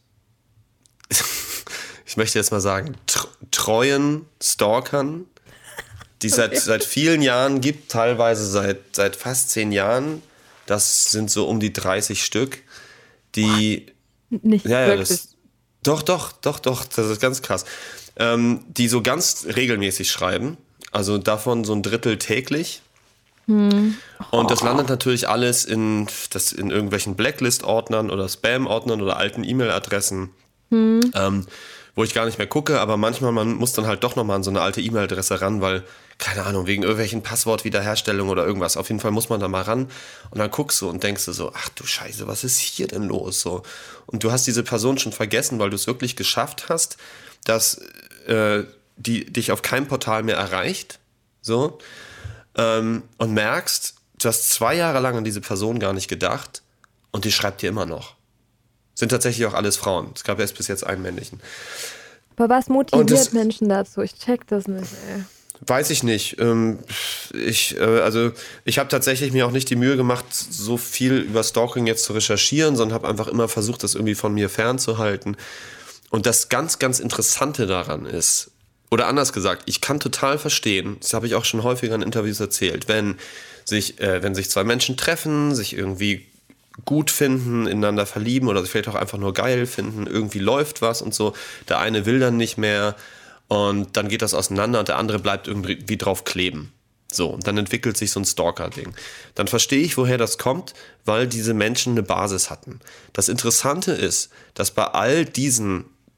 ich möchte jetzt mal sagen, tr- treuen Stalkern, die es seit, seit vielen Jahren gibt, teilweise seit, seit fast zehn Jahren. Das sind so um die dreißig Stück, die... Nicht ja, ja, wirklich. Das, doch, doch, doch, doch, das ist ganz krass. Ähm, die so ganz regelmäßig schreiben, also davon so ein Drittel täglich. Hm. Oh. Und das landet natürlich alles in, das in irgendwelchen Blacklist-Ordnern oder Spam-Ordnern oder alten E-Mail-Adressen. Hm. Ähm, wo ich gar nicht mehr gucke, aber manchmal man muss dann halt doch nochmal an so eine alte E-Mail-Adresse ran, weil, keine Ahnung, wegen irgendwelchen Passwortwiederherstellung oder irgendwas. Auf jeden Fall muss man da mal ran und dann guckst du und denkst du so, ach du Scheiße, was ist hier denn los? So. Und du hast diese Person schon vergessen, weil du es wirklich geschafft hast, dass äh, die dich auf keinem Portal mehr erreicht, so, ähm, und merkst, du hast zwei Jahre lang an diese Person gar nicht gedacht und die schreibt dir immer noch. Sind tatsächlich auch alles Frauen. Es gab erst bis jetzt einen männlichen. Aber was motiviert das, Menschen dazu? Ich check das nicht, ey. Weiß ich nicht. Ich, also ich habe tatsächlich mir auch nicht die Mühe gemacht, so viel über Stalking jetzt zu recherchieren, sondern habe einfach immer versucht, das irgendwie von mir fernzuhalten. Und das ganz, ganz Interessante daran ist, oder anders gesagt, ich kann total verstehen, das habe ich auch schon häufiger in Interviews erzählt, wenn sich, äh, wenn sich zwei Menschen treffen, sich irgendwie gut finden, ineinander verlieben oder sich vielleicht auch einfach nur geil finden, irgendwie läuft was und so. Der eine will dann nicht mehr und dann geht das auseinander und der andere bleibt irgendwie drauf kleben. So, und dann entwickelt sich so ein Stalker-Ding. Dann verstehe ich, woher das kommt, weil diese Menschen eine Basis hatten. Das Interessante ist, dass bei all diesen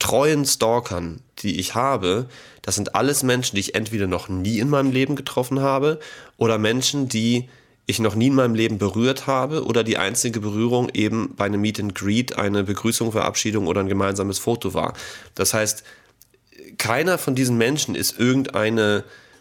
treuen Stalkern, die ich habe, das sind alles Menschen, die ich entweder noch nie in meinem Leben getroffen habe oder Menschen, die ich noch nie in meinem Leben berührt habe oder die einzige Berührung eben bei einem Meet and Greet eine Begrüßung, Verabschiedung oder ein gemeinsames Foto war. Das heißt, keiner von diesen Menschen ist irgendeine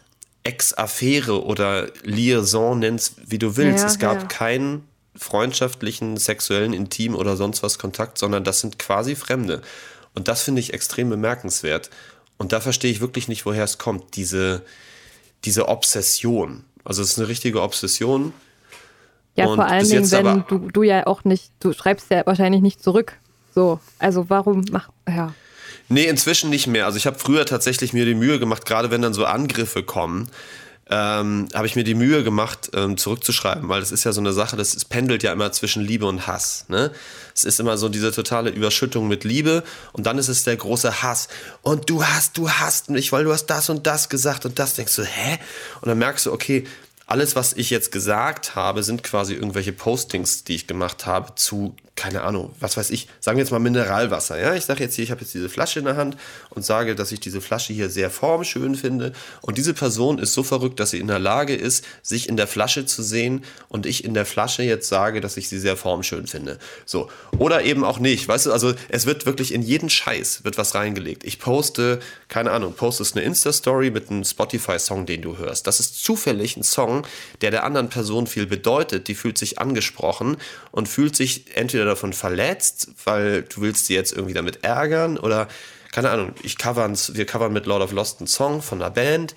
Ex-Affäre oder Liaison, nenn's wie du willst. Ja, es gab ja. keinen freundschaftlichen, sexuellen, intim oder sonst was Kontakt, sondern das sind quasi Fremde. Und das finde ich extrem bemerkenswert. Und da verstehe ich wirklich nicht, woher es kommt, diese, diese Obsession. Also es ist eine richtige Obsession. Ja, Und vor allen bis Dingen, jetzt wenn aber- du, du ja auch nicht, du schreibst ja wahrscheinlich nicht zurück. So, also warum mach, ja. Nee, inzwischen nicht mehr. Also ich habe früher tatsächlich mir die Mühe gemacht, gerade wenn dann so Angriffe kommen, ähm, habe ich mir die Mühe gemacht, ähm, zurückzuschreiben, weil das ist ja so eine Sache, das es pendelt ja immer zwischen Liebe und Hass. Ne? Es ist immer so diese totale Überschüttung mit Liebe und dann ist es der große Hass. Und du hast, du hast mich, weil du hast das und das gesagt und das. Denkst du, hä? Und dann merkst du, okay, alles, was ich jetzt gesagt habe, sind quasi irgendwelche Postings, die ich gemacht habe zu, keine Ahnung, was weiß ich, sagen wir jetzt mal Mineralwasser. Ja? Ich sage jetzt hier, ich habe jetzt diese Flasche in der Hand und sage, dass ich diese Flasche hier sehr formschön finde. Und diese Person ist so verrückt, dass sie in der Lage ist, sich in der Flasche zu sehen und ich in der Flasche jetzt sage, dass ich sie sehr formschön finde. So. Oder eben auch nicht. Weißt du, also es wird wirklich in jeden Scheiß wird was reingelegt. Ich poste, keine Ahnung, postest eine Insta-Story mit einem Spotify-Song, den du hörst. Das ist zufällig ein Song, der der anderen Person viel bedeutet. Die fühlt sich angesprochen und fühlt sich entweder davon verletzt, weil du willst sie jetzt irgendwie damit ärgern oder, keine Ahnung, ich covern, wir covern mit Lord of Lost einen Song von einer Band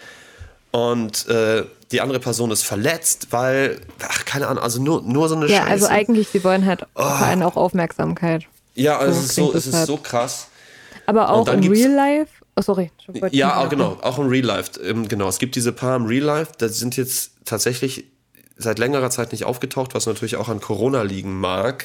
und äh, die andere Person ist verletzt, weil, ach, keine Ahnung, also nur, nur so eine Ja, Scheiße. also eigentlich, sie wollen halt vor allem auch Aufmerksamkeit. Ja, also So es ist so, klingt es es ist halt. so krass. Aber auch dann im gibt's- Real Life. Oh, sorry. Ich wollte Ja, nicht auch, machen. genau, auch im Real Life. Ähm, genau, es gibt diese paar im Real Life, das sind jetzt tatsächlich seit längerer Zeit nicht aufgetaucht, was natürlich auch an Corona liegen mag.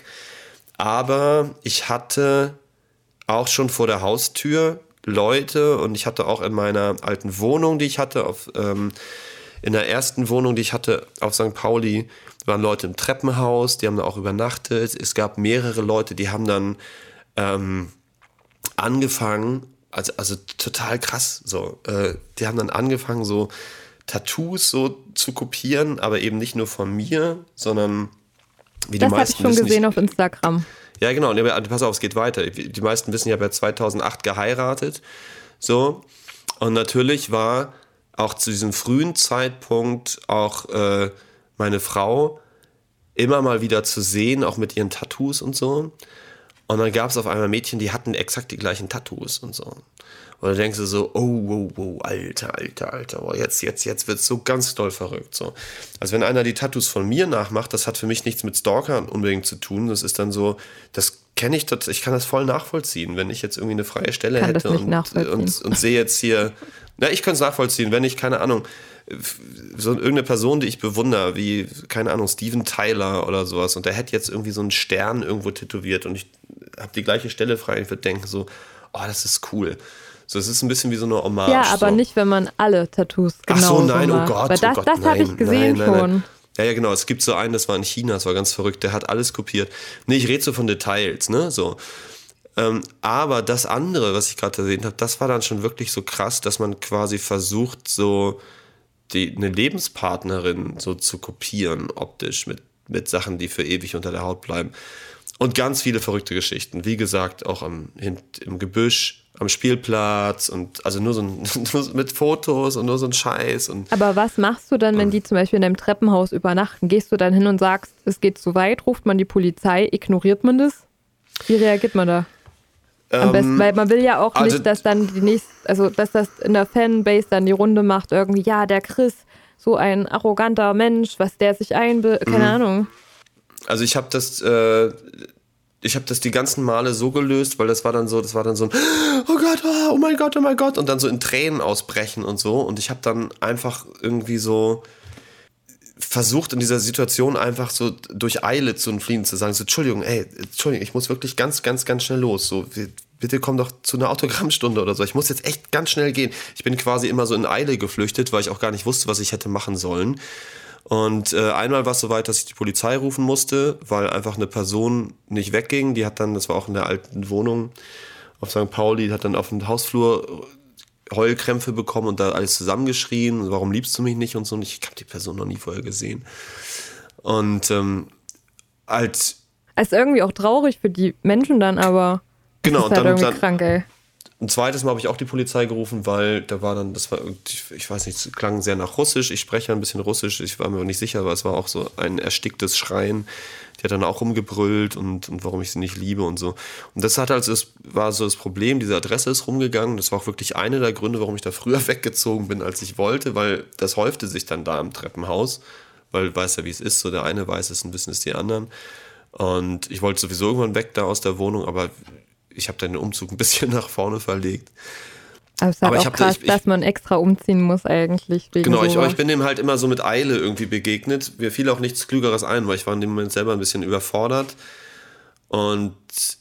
Aber ich hatte auch schon vor der Haustür Leute und ich hatte auch in meiner alten Wohnung, die ich hatte, auf, ähm, in der ersten Wohnung, die ich hatte auf Sankt Pauli, waren Leute im Treppenhaus, die haben da auch übernachtet. Es gab mehrere Leute, die haben dann ähm, angefangen, also, also total krass, so, äh, die haben dann angefangen, so Tattoos so zu kopieren, aber eben nicht nur von mir, sondern wie die Das habe meisten ich schon wissen, gesehen auf Instagram. ja, genau. Und aber pass auf, es geht weiter. Die meisten wissen, ich habe ja zweitausendacht geheiratet. So. Und natürlich war auch zu diesem frühen Zeitpunkt auch äh, meine Frau immer mal wieder zu sehen, auch mit ihren Tattoos und so. Und dann gab es auf einmal Mädchen, die hatten exakt die gleichen Tattoos und so. Und dann denkst du so, oh, oh, oh, Alter, Alter, Alter, oh, jetzt, jetzt, jetzt wird's so ganz doll verrückt. So. Also wenn einer die Tattoos von mir nachmacht, das hat für mich nichts mit Stalkern unbedingt zu tun. Das ist dann so, das kenne ich, ich kann das voll nachvollziehen, wenn ich jetzt irgendwie eine freie Stelle Kann das hätte nicht und, nachvollziehen. und, und sehe jetzt hier, na, ich kann es nachvollziehen, wenn ich, keine Ahnung, so irgendeine Person, die ich bewundere, wie, keine Ahnung, Steven Tyler oder sowas, und der hätte jetzt irgendwie so einen Stern irgendwo tätowiert und ich habe die gleiche Stelle frei und ich würde denken so, oh, das ist cool. So, es ist ein bisschen wie so eine Hommage. Ja, aber so. nicht, wenn man alle Tattoos genau Ach so, nein, macht. oh Gott, Weil das, oh Gott, das habe nein, ich gesehen nein, nein, schon. nein. Ja, ja, genau. Es gibt so einen, das war in China, das war ganz verrückt, der hat alles kopiert. Nee, ich rede so von Details, ne, so. Ähm, aber das andere, was ich gerade erwähnt habe, das war dann schon wirklich so krass, dass man quasi versucht, so die, eine Lebenspartnerin so zu kopieren, optisch, mit, mit Sachen, die für ewig unter der Haut bleiben. Und ganz viele verrückte Geschichten. Wie gesagt, auch am, hint, im Gebüsch, am Spielplatz und also nur so ein, nur mit Fotos und nur so ein Scheiß. Und Aber was machst du dann, wenn die zum Beispiel in deinem Treppenhaus übernachten? Gehst du dann hin und sagst, es geht zu weit, ruft man die Polizei, ignoriert man das? Wie reagiert man da? Am besten, weil man will ja auch also- nicht, dass dann die nächste, also dass das in der Fanbase dann die Runde macht, irgendwie, ja, der Chris, so ein arroganter Mensch, was der sich einbildet, keine Ahnung. Also ich habe das, äh, ich habe das die ganzen Male so gelöst, weil das war dann so, das war dann so ein, oh Gott, oh mein Gott, oh mein Gott, und dann so in Tränen ausbrechen und so. Und ich habe dann einfach irgendwie so versucht, in dieser Situation einfach so durch Eile zu entfliehen, zu sagen, so, Entschuldigung, ey, Entschuldigung, ich muss wirklich ganz, ganz, ganz schnell los. So, bitte komm doch zu einer Autogrammstunde oder so. Ich muss jetzt echt ganz schnell gehen. Ich bin quasi immer so in Eile geflüchtet, weil ich auch gar nicht wusste, was ich hätte machen sollen. Und äh, einmal war es so weit, dass ich die Polizei rufen musste, weil einfach eine Person nicht wegging. Die hat dann, das war auch in der alten Wohnung, auf Sankt Pauli, hat dann auf dem Hausflur Heulkrämpfe bekommen und da alles zusammengeschrien, warum liebst du mich nicht und so. Und ich habe die Person noch nie vorher gesehen. Und ähm, als... Es ist irgendwie auch traurig für die Menschen dann, aber genau, ist halt und dann, irgendwie dann, krank, ey. Ein zweites Mal habe ich auch die Polizei gerufen, weil da war dann, das war, ich weiß nicht, es klang sehr nach Russisch. Ich spreche ein bisschen Russisch, ich war mir nicht sicher, aber es war auch so ein ersticktes Schreien. Die hat dann auch rumgebrüllt und, und warum ich sie nicht liebe und so. Und das hat also, das war so das Problem, diese Adresse ist rumgegangen. Das war auch wirklich einer der Gründe, warum ich da früher weggezogen bin, als ich wollte, weil das häufte sich dann da im Treppenhaus, weil weiß ja, wie es ist, so der eine weiß es, ein bisschen ist die anderen. Und ich wollte sowieso irgendwann weg da aus der Wohnung, aber ich habe dann den Umzug ein bisschen nach vorne verlegt. Aber es ist halt aber auch ich hab, krass, ich, ich, dass man extra umziehen muss eigentlich. Wegen genau, ich, sowas. ich bin dem halt immer so mit Eile irgendwie begegnet. Mir fiel auch nichts Klügeres ein, weil ich war in dem Moment selber ein bisschen überfordert. Und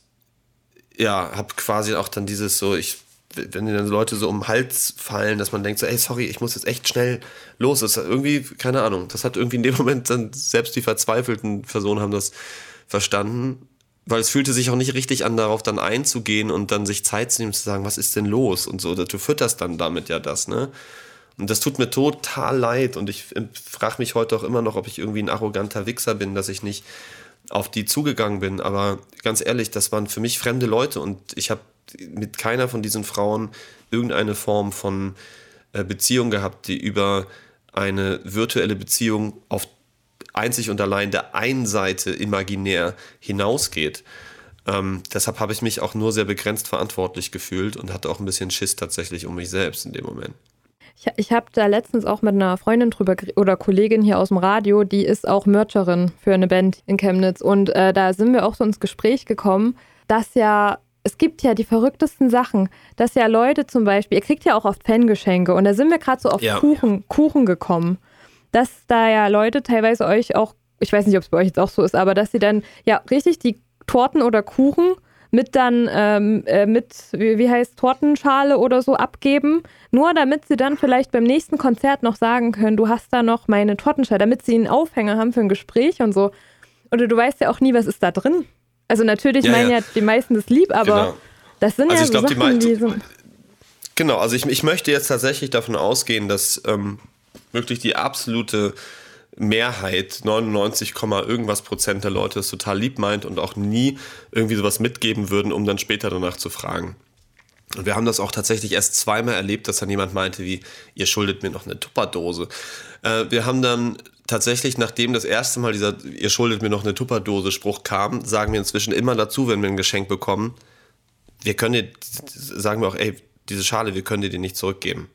ja, habe quasi auch dann dieses so, ich, wenn dir dann Leute so um den Hals fallen, dass man denkt so, ey, sorry, ich muss jetzt echt schnell los. Das ist irgendwie, keine Ahnung, das hat irgendwie in dem Moment dann, selbst die verzweifelten Personen haben das verstanden. Weil es fühlte sich auch nicht richtig an, darauf dann einzugehen und dann sich Zeit zu nehmen, zu sagen, was ist denn los und so. Du fütterst dann damit ja das, ne? Und das tut mir total leid und ich frage mich heute auch immer noch, ob ich irgendwie ein arroganter Wichser bin, dass ich nicht auf die zugegangen bin. Aber ganz ehrlich, das waren für mich fremde Leute und ich habe mit keiner von diesen Frauen irgendeine Form von Beziehung gehabt, die über eine virtuelle Beziehung auf einzig und allein der einen Seite imaginär hinausgeht. Ähm, deshalb habe ich mich auch nur sehr begrenzt verantwortlich gefühlt und hatte auch ein bisschen Schiss tatsächlich um mich selbst in dem Moment. Ich, ich habe da letztens auch mit einer Freundin drüber oder Kollegin hier aus dem Radio, die ist auch Mercherin für eine Band in Chemnitz und äh, da sind wir auch so ins Gespräch gekommen, dass ja, es gibt ja die verrücktesten Sachen, dass ja Leute zum Beispiel, ihr kriegt ja auch oft Fangeschenke und da sind wir gerade so auf ja. Kuchen, Kuchen gekommen. Dass da ja Leute teilweise euch auch, ich weiß nicht, ob es bei euch jetzt auch so ist, aber dass sie dann ja richtig die Torten oder Kuchen mit dann, ähm, äh, mit, wie, wie heißt, Tortenschale oder so abgeben, nur damit sie dann vielleicht beim nächsten Konzert noch sagen können, du hast da noch meine Tortenschale, damit sie einen Aufhänger haben für ein Gespräch und so. Oder du weißt ja auch nie, was ist da drin. Also natürlich ja, meinen ja. ja die meisten das lieb, aber genau. das sind also ja so glaub, Sachen, die, die so... Genau, also ich, ich möchte jetzt tatsächlich davon ausgehen, dass ähm, wirklich die absolute Mehrheit, neunundneunzig, irgendwas Prozent der Leute es total lieb meint und auch nie irgendwie sowas mitgeben würden, um dann später danach zu fragen. Und wir haben das auch tatsächlich erst zweimal erlebt, dass dann jemand meinte wie, ihr schuldet mir noch eine Tupperdose. Äh, wir haben dann tatsächlich, nachdem das erste Mal dieser ihr schuldet mir noch eine Tupperdose Spruch kam, sagen wir inzwischen immer dazu, wenn wir ein Geschenk bekommen, wir können dir, sagen wir auch, ey, diese Schale, wir können dir die nicht zurückgeben.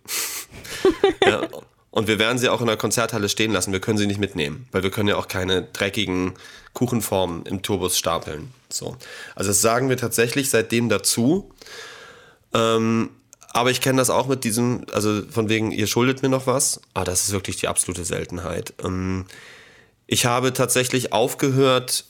ja, und wir werden sie auch in der Konzerthalle stehen lassen. Wir können sie nicht mitnehmen, weil wir können ja auch keine dreckigen Kuchenformen im Tourbus stapeln. So. Also das sagen wir tatsächlich seitdem dazu. Ähm, aber ich kenne das auch mit diesem, also von wegen, ihr schuldet mir noch was. Ah, das ist wirklich die absolute Seltenheit. Ähm, ich habe tatsächlich aufgehört,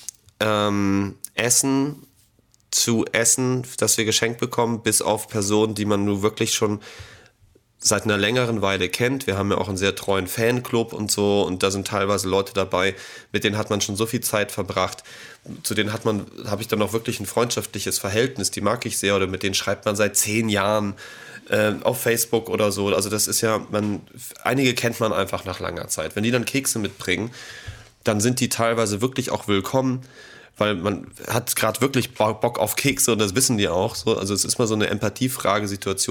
ähm, Essen zu essen, das wir geschenkt bekommen, bis auf Personen, die man nur wirklich schon seit einer längeren Weile kennt. Wir haben ja auch einen sehr treuen Fanclub und so und da sind teilweise Leute dabei, mit denen hat man schon so viel Zeit verbracht. Zu denen hat man, habe ich dann auch wirklich ein freundschaftliches Verhältnis, die mag ich sehr oder mit denen schreibt man seit zehn Jahren äh, auf Facebook oder so. Also das ist ja, man, einige kennt man einfach nach langer Zeit. Wenn die dann Kekse mitbringen, dann sind die teilweise wirklich auch willkommen, weil man hat gerade wirklich Bock auf Kekse und das wissen die auch. So. Also es ist mal so eine Empathiefrage,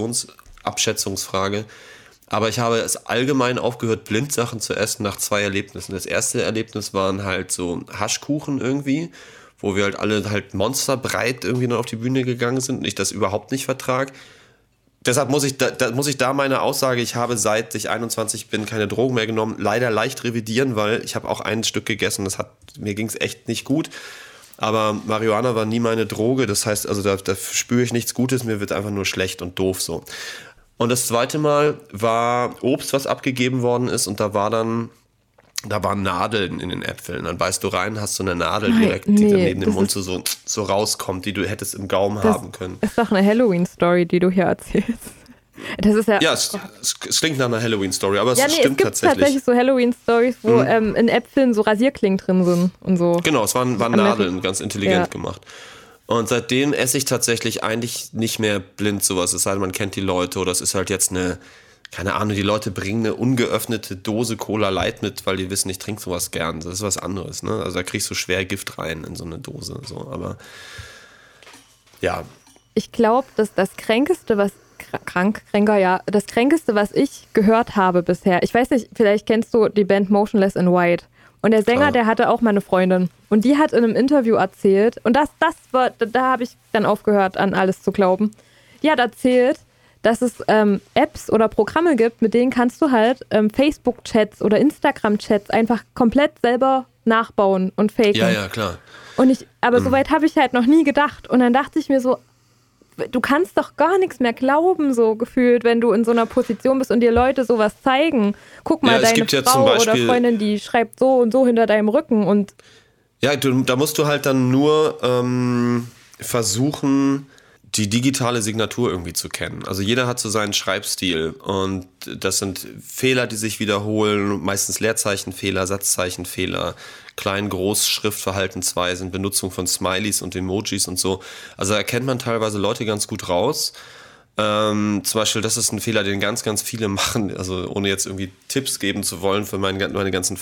Situationsabschätzungsfrage. Aber ich habe es allgemein aufgehört, Blindsachen zu essen nach zwei Erlebnissen. Das erste Erlebnis waren halt so Haschkuchen irgendwie, wo wir halt alle halt monsterbreit irgendwie noch auf die Bühne gegangen sind und ich das überhaupt nicht vertrag. Deshalb muss ich da, da muss ich da meine Aussage, ich habe seit ich einundzwanzig bin keine Drogen mehr genommen, leider leicht revidieren, weil ich habe auch ein Stück gegessen, das hat, mir ging es echt nicht gut. Aber Marihuana war nie meine Droge, das heißt, also da, da spüre ich nichts Gutes, mir wird einfach nur schlecht und doof so. Und das zweite Mal war Obst, was abgegeben worden ist und da war dann, da waren Nadeln in den Äpfeln. Dann beißt du rein, hast so eine Nadel Nein, direkt, die nee, dann neben dem das Mund so, so, so rauskommt, die du hättest im Gaumen Das haben können. ist doch eine Halloween-Story, die du hier erzählst. Das ist ja. Ja, es, es, es klingt nach einer Halloween-Story, aber es ja, nee, stimmt es gibt tatsächlich. tatsächlich so Halloween-Stories, wo Mhm. ähm, in Äpfeln so Rasierklingen drin sind und so. Genau, es waren, waren Nadeln, ganz intelligent Ja. gemacht. Und seitdem esse ich tatsächlich eigentlich nicht mehr blind sowas, es sei denn, man kennt die Leute oder es ist halt jetzt eine, keine Ahnung, die Leute bringen eine ungeöffnete Dose Cola Light mit, weil die wissen, ich trinke sowas gern. Das ist was anderes, ne? Also da kriegst du schwer Gift rein in so eine Dose, so, aber ja. Ich glaube, dass das Kränkeste, was krank, kränker, ja, das Kränkeste, was ich gehört habe bisher, ich weiß nicht, vielleicht kennst du die Band Motionless in White. Und der Sänger, ah. der hatte auch mal eine Freundin. Und die hat in einem Interview erzählt, und das, das war, da, da habe ich dann aufgehört, an alles zu glauben. Die hat erzählt, dass es ähm, Apps oder Programme gibt, mit denen kannst du halt ähm, Facebook-Chats oder Instagram-Chats einfach komplett selber nachbauen und faken. Ja, ja, klar. Und ich, aber mhm. soweit habe ich halt noch nie gedacht. Und dann dachte ich mir so, du kannst doch gar nichts mehr glauben, so gefühlt, wenn du in so einer Position bist und dir Leute sowas zeigen. Guck mal, ja, deine Frau ja oder Freundin, die schreibt so und so hinter deinem Rücken. Und ja, du, da musst du halt dann nur ähm, versuchen, die digitale Signatur irgendwie zu kennen. Also jeder hat so seinen Schreibstil und das sind Fehler, die sich wiederholen, meistens Leerzeichenfehler, Satzzeichenfehler, Klein-Groß-Schriftverhaltensweisen, Benutzung von Smileys und Emojis und so. Also erkennt man teilweise Leute ganz gut raus. Ähm, zum Beispiel, das ist ein Fehler, den ganz, ganz viele machen, also ohne jetzt irgendwie Tipps geben zu wollen für meine, meine ganzen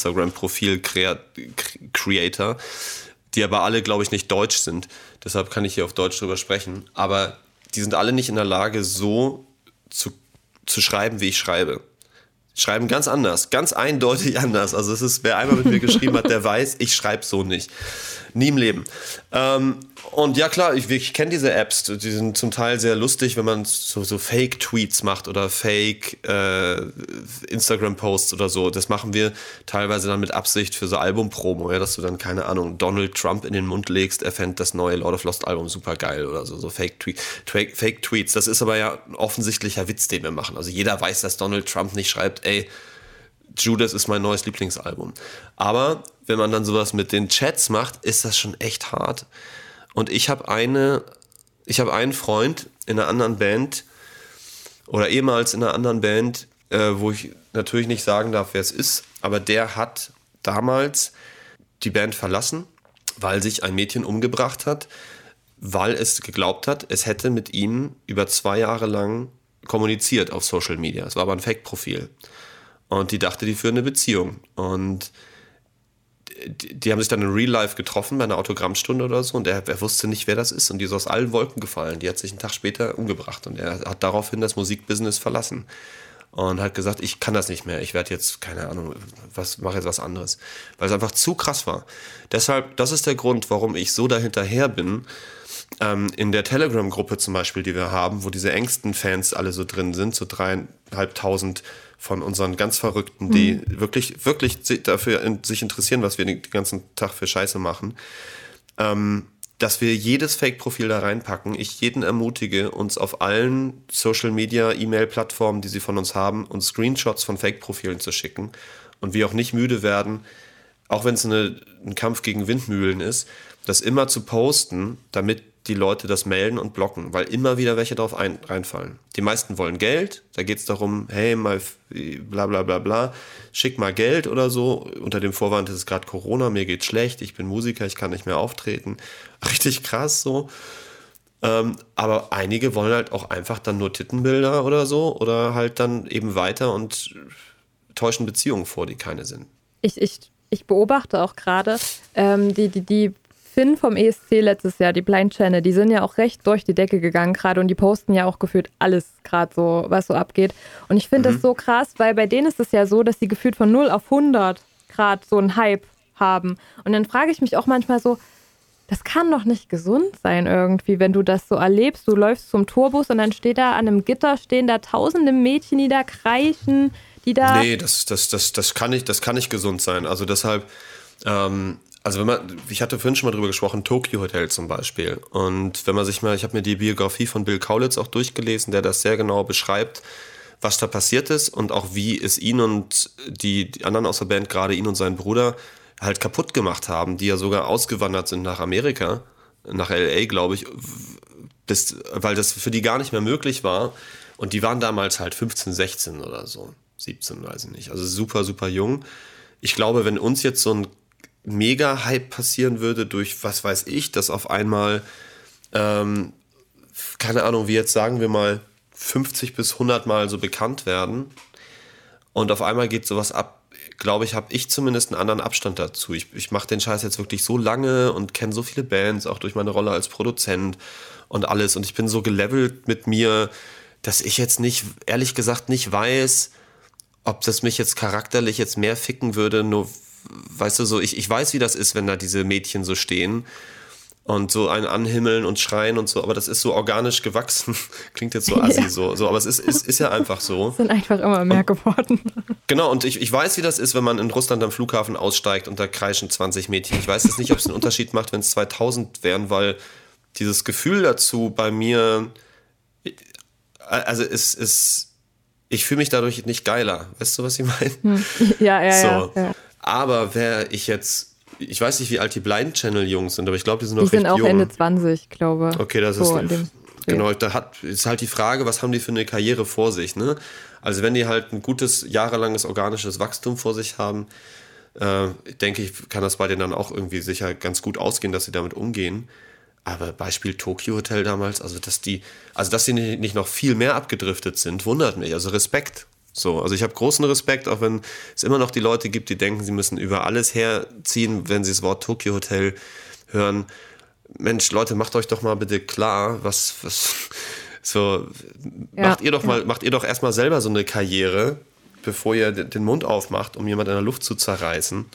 Fake-Instagram-Profil-Creator, die aber alle, glaube ich, nicht deutsch sind. Deshalb kann ich hier auf Deutsch drüber sprechen. Aber die sind alle nicht in der Lage, so zu, zu schreiben, wie ich schreibe. Schreiben ganz anders, ganz eindeutig anders. Also es ist, wer einmal mit mir geschrieben hat, der weiß, ich schreibe so nicht. Nie im Leben. Ähm, und ja klar, ich, ich kenne diese Apps, die sind zum Teil sehr lustig, wenn man so, so Fake-Tweets macht oder Fake-Instagram-Posts äh, oder so. Das machen wir teilweise dann mit Absicht für so Album-Promo, ja, dass du dann, keine Ahnung, Donald Trump in den Mund legst, er fände das neue Lord of Lost Album super geil oder so, so Fake-Tweets. Fake-Tweets, das ist aber ja ein offensichtlicher Witz, den wir machen. Also jeder weiß, dass Donald Trump nicht schreibt, ey, Judas ist mein neues Lieblingsalbum. Aber wenn man dann sowas mit den Chats macht, ist das schon echt hart. Und ich habe eine, ich habe einen Freund in einer anderen Band oder ehemals in einer anderen Band, äh, wo ich natürlich nicht sagen darf, wer es ist, aber der hat damals die Band verlassen, weil sich ein Mädchen umgebracht hat, weil es geglaubt hat, es hätte mit ihm über zwei Jahre lang kommuniziert auf Social Media. Es war aber ein Fake-Profil. Und die dachte, die führen eine Beziehung. Und die, die haben sich dann in Real Life getroffen bei einer Autogrammstunde oder so. Und er, er wusste nicht, wer das ist. Und die ist aus allen Wolken gefallen. Die hat sich einen Tag später umgebracht. Und er hat daraufhin das Musikbusiness verlassen. Und hat gesagt, ich kann das nicht mehr. Ich werde jetzt, keine Ahnung, was, mache jetzt was anderes. Weil es einfach zu krass war. Deshalb, das ist der Grund, warum ich so dahinterher bin. Ähm, in der Telegram-Gruppe zum Beispiel, die wir haben, wo diese engsten Fans alle so drin sind, so dreieinhalbtausend von unseren ganz Verrückten, die mhm. wirklich, wirklich dafür in, sich interessieren, was wir den ganzen Tag für Scheiße machen, ähm, dass wir jedes Fake-Profil da reinpacken. Ich jeden ermutige, uns auf allen Social-Media-E-Mail-Plattformen, die sie von uns haben, uns Screenshots von Fake-Profilen zu schicken und wir auch nicht müde werden, auch wenn es eine, ein Kampf gegen Windmühlen ist, das immer zu posten, damit die Leute das melden und blocken, weil immer wieder welche drauf ein, reinfallen. Die meisten wollen Geld, da geht es darum, hey, mal bla bla bla bla, schick mal Geld oder so, unter dem Vorwand, es ist gerade Corona, mir geht's schlecht, ich bin Musiker, ich kann nicht mehr auftreten. Richtig krass so. Ähm, aber einige wollen halt auch einfach dann nur Tittenbilder oder so oder halt dann eben weiter und täuschen Beziehungen vor, die keine sind. Ich, ich, ich beobachte auch gerade, ähm, die, die, die Finn vom E S C letztes Jahr, die Blind Channel, die sind ja auch recht durch die Decke gegangen gerade und die posten ja auch gefühlt alles gerade so, was so abgeht. Und ich finde mhm. das so krass, weil bei denen ist es ja so, dass die gefühlt von null auf hundert Grad so einen Hype haben. Und dann frage ich mich auch manchmal so, das kann doch nicht gesund sein irgendwie, wenn du das so erlebst. Du läufst zum Tourbus und dann steht da an einem Gitter, stehen da tausende Mädchen, die da kreischen, die da... Nee, das, das, das, das, kann nicht, das kann nicht gesund sein. Also deshalb... Ähm Also wenn man, ich hatte vorhin schon mal drüber gesprochen, Tokyo Hotel zum Beispiel. Und wenn man sich mal, ich habe mir die Biografie von Bill Kaulitz auch durchgelesen, der das sehr genau beschreibt, was da passiert ist und auch wie es ihn und die, die anderen aus der Band, gerade ihn und seinen Bruder, halt kaputt gemacht haben, die ja sogar ausgewandert sind nach Amerika, nach L A, glaube ich, bis, weil das für die gar nicht mehr möglich war. Und die waren damals halt fünfzehn, sechzehn oder so, siebzehn, weiß ich nicht. Also super, super jung. Ich glaube, wenn uns jetzt so ein Mega-Hype passieren würde durch, was weiß ich, dass auf einmal, ähm, keine Ahnung, wie jetzt sagen wir mal, fünfzig bis hundert Mal so bekannt werden und auf einmal geht sowas ab, glaube ich, habe ich zumindest einen anderen Abstand dazu. Ich, ich mache den Scheiß jetzt wirklich so lange und kenne so viele Bands, auch durch meine Rolle als Produzent und alles. Und ich bin so gelevelt mit mir, dass ich jetzt nicht, ehrlich gesagt, nicht weiß, ob das mich jetzt charakterlich jetzt mehr ficken würde. Nur, weißt du, so, ich, ich weiß, wie das ist, wenn da diese Mädchen so stehen und so einen anhimmeln und schreien und so, aber das ist so organisch gewachsen. Klingt jetzt so assi, ja. so, so, aber es ist, ist, ist ja einfach so. Es sind einfach immer mehr und, geworden. Genau, und ich, ich weiß, wie das ist, wenn man in Russland am Flughafen aussteigt und da kreischen zwanzig Mädchen. Ich weiß jetzt nicht, ob es einen Unterschied macht, wenn es zweitausend wären, weil dieses Gefühl dazu bei mir, also es ist, ich fühle mich dadurch nicht geiler. Weißt du, was ich meine? Hm. Ja, ja, so. ja, ja. Aber wäre ich jetzt, ich weiß nicht, wie alt die Blind Channel Jungs sind, aber ich glaube, die sind noch die recht sind auch jung. Ende zwanzig, glaube ich. Okay, das so ist dem, genau. Da hat ist halt die Frage, was haben die für eine Karriere vor sich? Ne? Also wenn die halt ein gutes jahrelanges organisches Wachstum vor sich haben, äh, denke ich, kann das bei denen dann auch irgendwie sicher ganz gut ausgehen, dass sie damit umgehen. Aber Beispiel Tokyo Hotel damals, also dass die, also dass die nicht noch viel mehr abgedriftet sind, wundert mich. Also Respekt. So, also ich habe großen Respekt, auch wenn es immer noch die Leute gibt, die denken, sie müssen über alles herziehen, wenn sie das Wort Tokyo Hotel hören. Mensch, Leute, macht euch doch mal bitte klar, was, was so, ja, macht ihr doch mal, ja. macht ihr doch erstmal selber so eine Karriere, bevor ihr den Mund aufmacht, um jemand in der Luft zu zerreißen.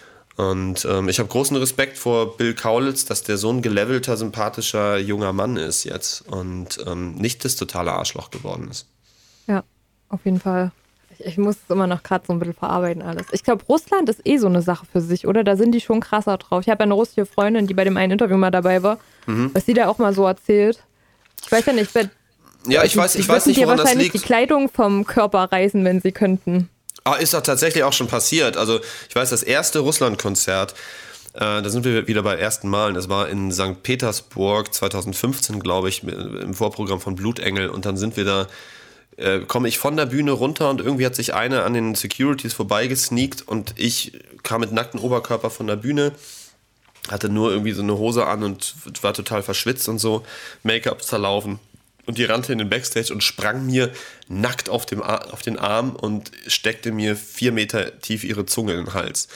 Und ähm, ich habe großen Respekt vor Bill Kaulitz, dass der so ein gelevelter, sympathischer junger Mann ist jetzt und ähm, nicht das totale Arschloch geworden ist. Ja. Auf jeden Fall. Ich, ich muss es immer noch gerade so ein bisschen verarbeiten alles. Ich glaube, Russland ist eh so eine Sache für sich, oder? Da sind die schon krasser drauf. Ich habe ja eine russische Freundin, die bei dem einen Interview mal dabei war, mhm. was sie da auch mal so erzählt. Ich weiß ja nicht, bei, ja, ich weiß, ich weiß nicht, woran das liegt. Die wahrscheinlich die Kleidung vom Körper reißen, wenn sie könnten. Ah, ist doch tatsächlich auch schon passiert. Also ich weiß, das erste Russland-Konzert, äh, da sind wir wieder bei ersten Malen. Das war in Sankt Petersburg zweitausendfünfzehn, glaube ich, im Vorprogramm von Blutengel. Und dann sind wir da Äh, komme ich von der Bühne runter und irgendwie hat sich eine an den Securities vorbeigesneakt und ich kam mit nacktem Oberkörper von der Bühne, hatte nur irgendwie so eine Hose an und war total verschwitzt und so, Make-up zerlaufen und die rannte in den Backstage und sprang mir nackt auf, dem Ar- auf den Arm und steckte mir vier Meter tief ihre Zunge in den Hals.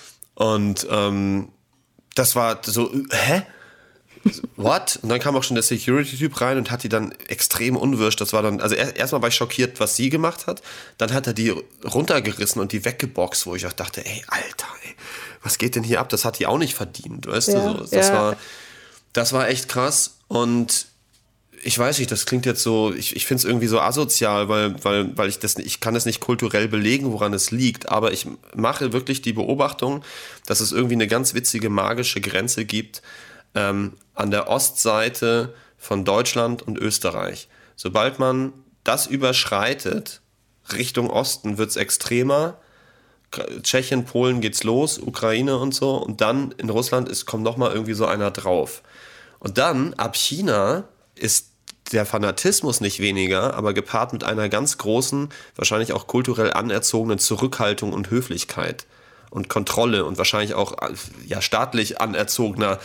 Und ähm, das war so, hä? What? Und dann kam auch schon der Security-Typ rein und hat die dann extrem unwirsch. Das war dann, also erst, erstmal war ich schockiert, was sie gemacht hat. Dann hat er die runtergerissen und die weggeboxt, wo ich auch dachte, ey, Alter, ey, was geht denn hier ab? Das hat die auch nicht verdient, weißt ja, du? So, das, ja. war, das war echt krass. Und ich weiß nicht, das klingt jetzt so, ich, ich finde es irgendwie so asozial, weil, weil, weil ich das, ich kann das nicht kulturell belegen, woran es liegt. Aber ich mache wirklich die Beobachtung, dass es irgendwie eine ganz witzige, magische Grenze gibt, Ähm, an der Ostseite von Deutschland und Österreich. Sobald man das überschreitet, Richtung Osten wird es extremer. Tschechien, Polen geht's los, Ukraine und so. Und dann in Russland ist, kommt nochmal irgendwie so einer drauf. Und dann, ab China, ist der Fanatismus nicht weniger, aber gepaart mit einer ganz großen, wahrscheinlich auch kulturell anerzogenen Zurückhaltung und Höflichkeit. Und Kontrolle und wahrscheinlich auch ja, staatlich anerzogener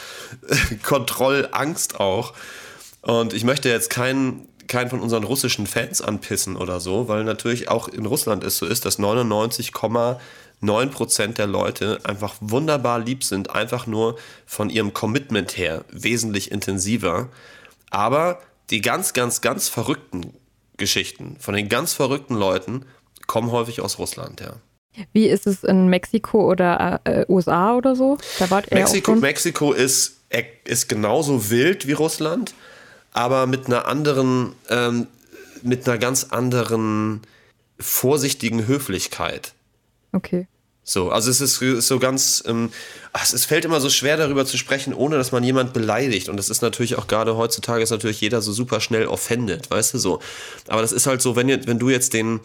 Kontrollangst auch. Und ich möchte jetzt keinen, keinen von unseren russischen Fans anpissen oder so, weil natürlich auch in Russland es so ist, dass neunundneunzig Komma neun Prozent der Leute einfach wunderbar lieb sind, einfach nur von ihrem Commitment her wesentlich intensiver. Aber die ganz, ganz, ganz verrückten Geschichten von den ganz verrückten Leuten kommen häufig aus Russland, ja. Wie ist es in Mexiko oder äh, U S A oder so? Da wart ihr Mexiko, auch schon? Mexiko ist, ist genauso wild wie Russland, aber mit einer anderen, ähm, mit einer ganz anderen vorsichtigen Höflichkeit. Okay. So, also es ist, ist so ganz, ähm, ach, es fällt immer so schwer darüber zu sprechen, ohne dass man jemand beleidigt. Und das ist natürlich auch gerade heutzutage ist natürlich jeder so super schnell offended, weißt du so. Aber das ist halt so, wenn, ihr, wenn du jetzt den,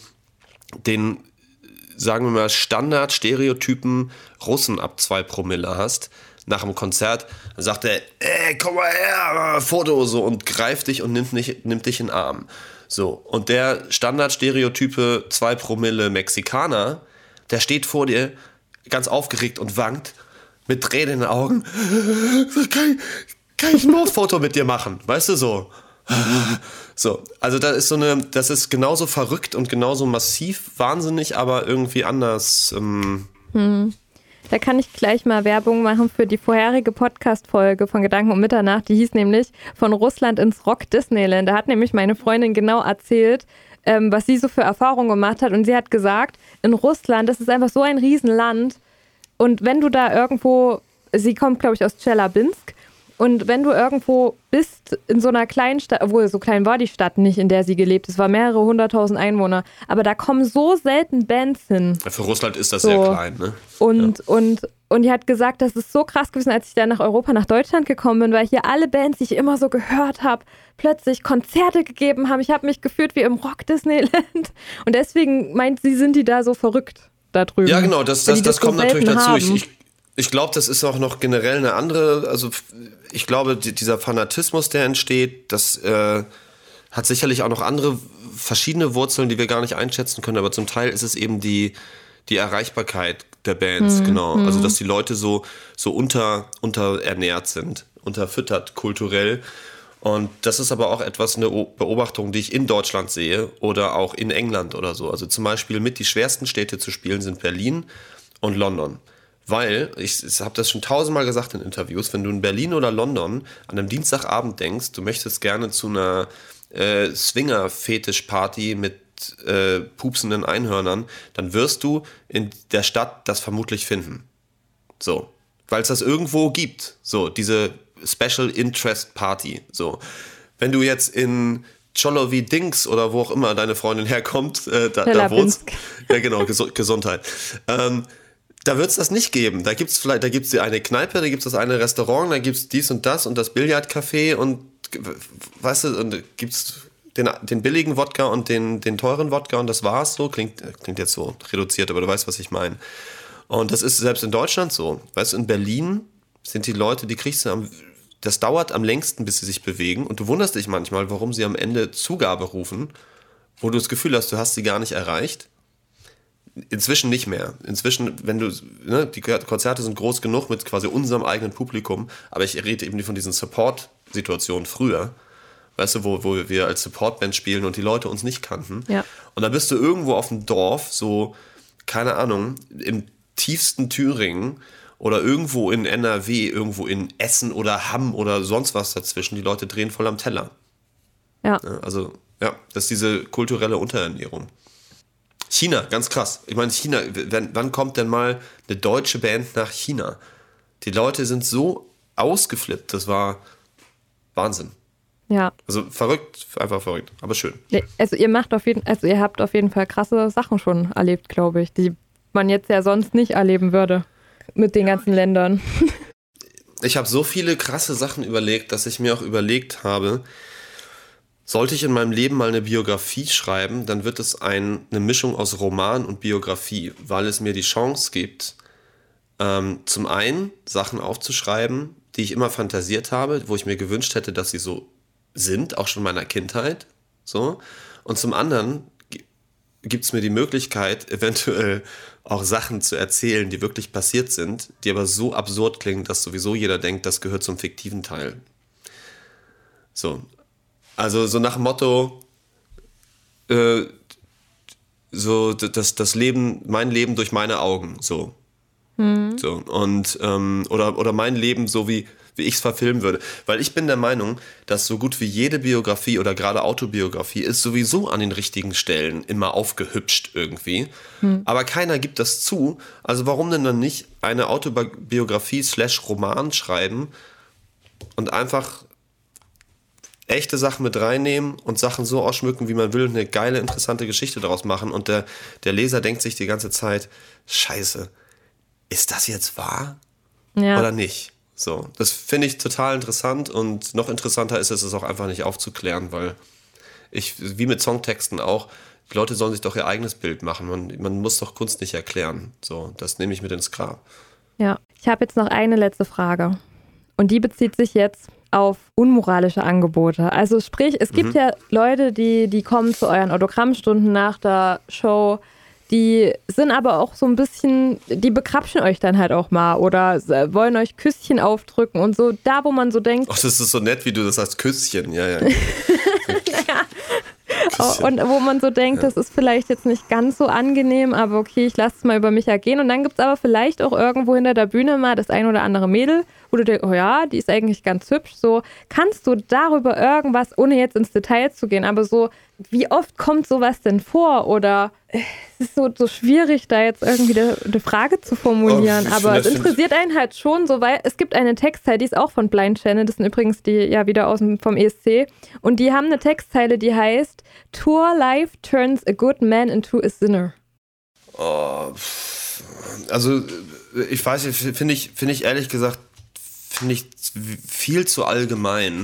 den sagen wir mal, Standard-Stereotypen Russen ab zwei Promille hast, nach dem Konzert, dann sagt er, ey, komm mal her, Foto, so, und greift dich und nimmt, nicht, nimmt dich in den Arm. So, und der Standard-Stereotype zwei Promille Mexikaner, der steht vor dir, ganz aufgeregt und wankt, mit Tränen in den Augen, kann ich, kann ich ein Notfoto mit dir machen? Weißt du, so. So, also da ist so eine, das ist genauso verrückt und genauso massiv wahnsinnig, aber irgendwie anders. Ähm hm. Da kann ich gleich mal Werbung machen für die vorherige Podcast-Folge von Gedanken um Mitternacht. Die hieß nämlich Von Russland ins Rock Disneyland. Da hat nämlich meine Freundin genau erzählt, ähm, was sie so für Erfahrungen gemacht hat. Und sie hat gesagt, in Russland, das ist einfach so ein Riesenland. Und wenn du da irgendwo, sie kommt, glaube ich, aus Tscheljabinsk. Und wenn du irgendwo bist in so einer kleinen Stadt, obwohl so klein war die Stadt nicht, in der sie gelebt ist, es war mehrere hunderttausend Einwohner, aber da kommen so selten Bands hin. Für Russland ist das so. sehr klein, ne? Und, ja. und, und die hat gesagt, das ist so krass gewesen, als ich dann nach Europa, nach Deutschland gekommen bin, weil hier alle Bands, die ich immer so gehört habe, plötzlich Konzerte gegeben haben. Ich habe mich gefühlt wie im Rock Disneyland. Und deswegen meint sie, sind die da so verrückt da drüben. Ja, genau, das, das, das, das kommt natürlich dazu. Ich, ich, ich glaube, das ist auch noch generell eine andere, also ich glaube, die, dieser Fanatismus, der entsteht, das äh, hat sicherlich auch noch andere verschiedene Wurzeln, die wir gar nicht einschätzen können, aber zum Teil ist es eben die, die Erreichbarkeit der Bands, mhm. genau. Also dass die Leute so, so unter, unterernährt sind, unterfüttert kulturell. Und das ist aber auch etwas, eine Beobachtung, die ich in Deutschland sehe oder auch in England oder so. Also zum Beispiel mit die schwersten Städte zu spielen sind Berlin und London. Weil, ich, ich habe das schon tausendmal gesagt in Interviews, wenn du in Berlin oder London an einem Dienstagabend denkst, du möchtest gerne zu einer äh, Swinger-Fetisch-Party mit äh, pupsenden Einhörnern, dann wirst du in der Stadt das vermutlich finden. So, weil es das irgendwo gibt, so, diese Special Interest Party, so. Wenn du jetzt in Cholovi Dings oder wo auch immer deine Freundin herkommt, äh, da, da wohnst, ja genau, Ges- Gesundheit, ähm, da wird es das nicht geben. Da gibt es vielleicht, da gibt es die eine Kneipe, da gibt es das eine Restaurant, da gibt es dies und das und das Billardcafé und weißt du, und gibt es den, den billigen Wodka und den, den teuren Wodka und das war's so. Klingt, klingt jetzt so reduziert, aber du weißt, was ich meine. Und das ist selbst in Deutschland so. Weißt du, in Berlin sind die Leute, die kriegst du am, das dauert am längsten, bis sie sich bewegen und du wunderst dich manchmal, warum sie am Ende Zugabe rufen, wo du das Gefühl hast, du hast sie gar nicht erreicht. Inzwischen nicht mehr. Inzwischen, wenn du, ne, die Konzerte sind groß genug mit quasi unserem eigenen Publikum, aber ich rede eben von diesen Support-Situationen früher, weißt du, wo, wo wir als Supportband spielen und die Leute uns nicht kannten. Ja. Und dann bist du irgendwo auf dem Dorf, so, keine Ahnung, im tiefsten Thüringen oder irgendwo in N R W, irgendwo in Essen oder Hamm oder sonst was dazwischen. Die Leute drehen voll am Teller. Ja. Ja, also, ja, das ist diese kulturelle Unterernährung. China, ganz krass. Ich meine, China, wann, wann kommt denn mal eine deutsche Band nach China? Die Leute sind so ausgeflippt, das war Wahnsinn. Ja. Also verrückt, einfach verrückt, aber schön. Also ihr macht auf jeden, also ihr habt auf jeden Fall krasse Sachen schon erlebt, glaube ich, die man jetzt ja sonst nicht erleben würde mit den ganzen Ländern. Ich habe so viele krasse Sachen überlegt, dass ich mir auch überlegt habe, sollte ich in meinem Leben mal eine Biografie schreiben, dann wird es ein, eine Mischung aus Roman und Biografie, weil es mir die Chance gibt, ähm, zum einen Sachen aufzuschreiben, die ich immer fantasiert habe, wo ich mir gewünscht hätte, dass sie so sind, auch schon in meiner Kindheit. So. Und zum anderen gibt es mir die Möglichkeit, eventuell auch Sachen zu erzählen, die wirklich passiert sind, die aber so absurd klingen, dass sowieso jeder denkt, das gehört zum fiktiven Teil. So. Also so nach dem Motto, äh, so das, das Leben, mein Leben durch meine Augen, so. Mhm. So und, ähm, oder, oder mein Leben so wie, wie ich es verfilmen würde. Weil ich bin der Meinung, dass so gut wie jede Biografie oder gerade Autobiografie ist sowieso an den richtigen Stellen immer aufgehübscht irgendwie. Mhm. Aber keiner gibt das zu. Also warum denn dann nicht eine Autobiografie slash Roman schreiben und einfach echte Sachen mit reinnehmen und Sachen so ausschmücken, wie man will, und eine geile, interessante Geschichte daraus machen. Und der, der Leser denkt sich die ganze Zeit, scheiße, ist das jetzt wahr? Ja. Oder nicht? So, das finde ich total interessant und noch interessanter ist es, es auch einfach nicht aufzuklären, weil ich, wie mit Songtexten auch, die Leute sollen sich doch ihr eigenes Bild machen. Man, man muss doch Kunst nicht erklären. So, das nehme ich mit ins Grab. Ja, ich habe jetzt noch eine letzte Frage. Und die bezieht sich jetzt auf unmoralische Angebote. Also sprich, es gibt mhm. ja Leute, die, die kommen zu euren Autogrammstunden nach der Show, die sind aber auch so ein bisschen, die bekrapschen euch dann halt auch mal oder wollen euch Küsschen aufdrücken und so, da wo man so denkt. Ach, das ist so nett, wie du das sagst, Küsschen, ja, ja. Naja. Und wo man so denkt, ja. Das ist vielleicht jetzt nicht ganz so angenehm, aber okay, ich lasse es mal über mich ergehen. Und dann gibt es aber vielleicht auch irgendwo hinter der Bühne mal das ein oder andere Mädel, wo du denkst, oh ja, die ist eigentlich ganz hübsch. So, kannst du darüber irgendwas, ohne jetzt ins Detail zu gehen, aber so, wie oft kommt sowas denn vor? Oder es ist so, so schwierig, da jetzt irgendwie eine, eine Frage zu formulieren. Oh, aber es interessiert einen halt schon so, weil es gibt eine Textzeile, die ist auch von Blind Channel, das sind übrigens die ja wieder aus dem, vom E S C. Und die haben eine Textzeile, die heißt Tour Life turns a good man into a sinner. Oh, also ich weiß nicht, finde ich, finde ich ehrlich gesagt, finde ich viel zu allgemein.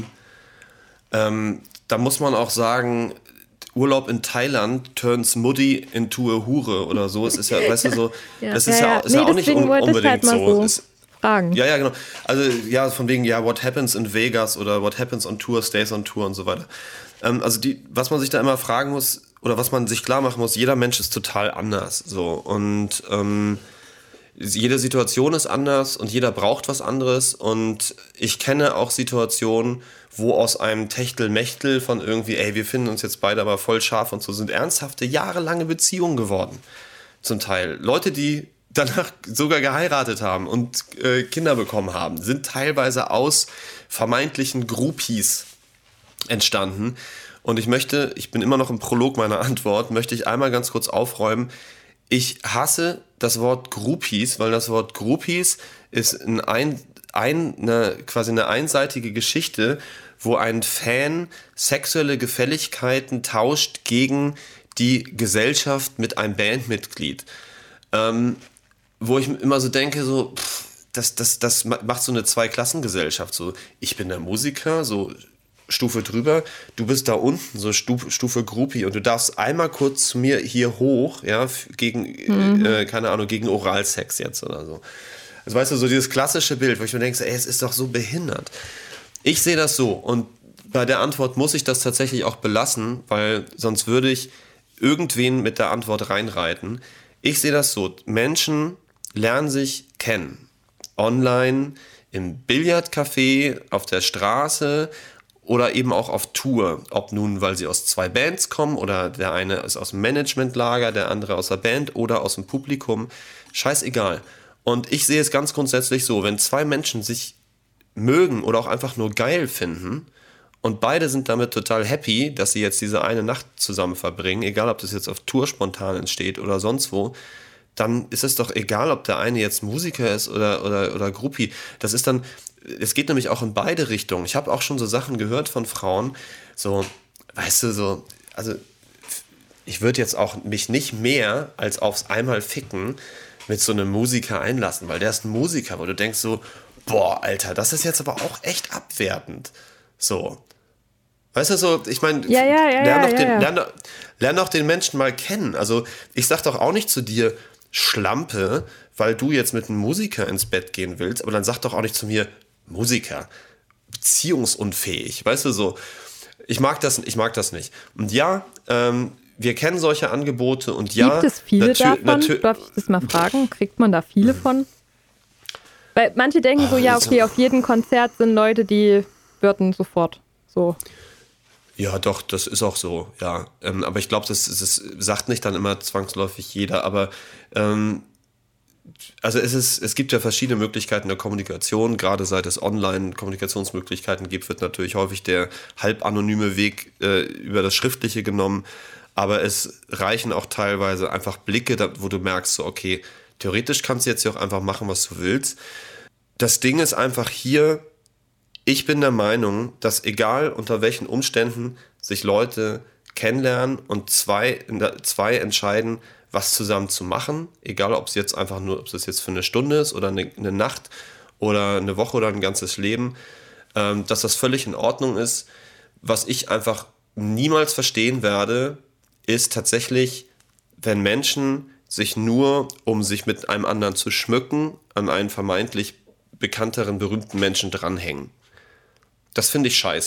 Ähm, da muss man auch sagen, Urlaub in Thailand turns Mutti into a Hure oder so. Es ist ja, weißt du, so, ja. das ist ja, ja, ja. ist nee, ja auch nicht un- unbedingt halt so. so es, fragen. Ja, ja, genau. Also, ja, von wegen, ja, what happens in Vegas oder what happens on tour, stays on tour und so weiter. Ähm, also, die, was man sich da immer fragen muss, oder was man sich klar machen muss, jeder Mensch ist total anders. So. Und ähm, jede Situation ist anders und jeder braucht was anderes. Und ich kenne auch Situationen, wo aus einem Techtelmechtel von irgendwie, ey, wir finden uns jetzt beide aber voll scharf und so, sind ernsthafte, jahrelange Beziehungen geworden. Zum Teil. Leute, die danach sogar geheiratet haben und äh, Kinder bekommen haben, sind teilweise aus vermeintlichen Groupies entstanden. Und ich möchte, ich bin immer noch im Prolog meiner Antwort, möchte ich einmal ganz kurz aufräumen. Ich hasse das Wort Groupies, weil das Wort Groupies ist ein, ein, eine, quasi eine einseitige Geschichte, wo ein Fan sexuelle Gefälligkeiten tauscht gegen die Gesellschaft mit einem Bandmitglied. Ähm, wo ich immer so denke, so, pff, das, das, das macht so eine Zweiklassengesellschaft. So, ich bin der Musiker, so Stufe drüber, du bist da unten, so Stufe, Stufe Groupie und du darfst einmal kurz zu mir hier hoch, ja, gegen, mhm. äh, keine Ahnung, gegen Oralsex jetzt oder so. Also weißt du, so dieses klassische Bild, wo ich mir denke, ey, es ist doch so behindert. Ich sehe das so und bei der Antwort muss ich das tatsächlich auch belassen, weil sonst würde ich irgendwen mit der Antwort reinreiten. Ich sehe das so, Menschen lernen sich kennen. Online, im Billardcafé, auf der Straße oder eben auch auf Tour. Ob nun, weil sie aus zwei Bands kommen oder der eine ist aus dem Managementlager, der andere aus der Band oder aus dem Publikum. Scheißegal. Und ich sehe es ganz grundsätzlich so, wenn zwei Menschen sich mögen oder auch einfach nur geil finden und beide sind damit total happy, dass sie jetzt diese eine Nacht zusammen verbringen, egal ob das jetzt auf Tour spontan entsteht oder sonst wo, dann ist es doch egal, ob der eine jetzt Musiker ist oder, oder, oder Groupie. Das ist dann, es geht nämlich auch in beide Richtungen. Ich habe auch schon so Sachen gehört von Frauen, so, weißt du, so, also ich würde jetzt auch mich nicht mehr als aufs einmal ficken mit so einem Musiker einlassen, weil der ist ein Musiker, wo du denkst so, boah, Alter, das ist jetzt aber auch echt abwertend. So. Weißt du, so, ich meine, ja, ja, ja, lern, ja, den, ja. lern, lern doch den Menschen mal kennen. Also ich sag doch auch nicht zu dir, Schlampe, weil du jetzt mit einem Musiker ins Bett gehen willst, aber dann sag doch auch nicht zu mir, Musiker, beziehungsunfähig, weißt du, so. Ich mag das, ich mag das nicht. Und ja, ähm, wir kennen solche Angebote und ja. Gibt es viele natür- davon? natür- Darf ich das mal fragen? Kriegt man da viele von? Weil manche denken so, ja, okay, auf jedem Konzert sind Leute, die würden sofort so. Ja, doch, das ist auch so, ja. Ähm, aber ich glaube, das, das sagt nicht dann immer zwangsläufig jeder, aber ähm, also es ist, es gibt ja verschiedene Möglichkeiten der Kommunikation, gerade seit es Online-Kommunikationsmöglichkeiten gibt, wird natürlich häufig der halb anonyme Weg äh, über das Schriftliche genommen, aber es reichen auch teilweise einfach Blicke, da, wo du merkst, so okay, theoretisch kannst du jetzt ja auch einfach machen, was du willst. Das Ding ist einfach hier, ich bin der Meinung, dass egal unter welchen Umständen sich Leute kennenlernen und zwei, zwei entscheiden, was zusammen zu machen, egal ob es jetzt einfach nur, ob es jetzt für eine Stunde ist oder eine, eine Nacht oder eine Woche oder ein ganzes Leben, ähm, dass das völlig in Ordnung ist. Was ich einfach niemals verstehen werde, ist tatsächlich, wenn Menschen sich nur, um sich mit einem anderen zu schmücken, an einen vermeintlich bekannteren, berühmten Menschen dranhängen. Das finde ich scheiße.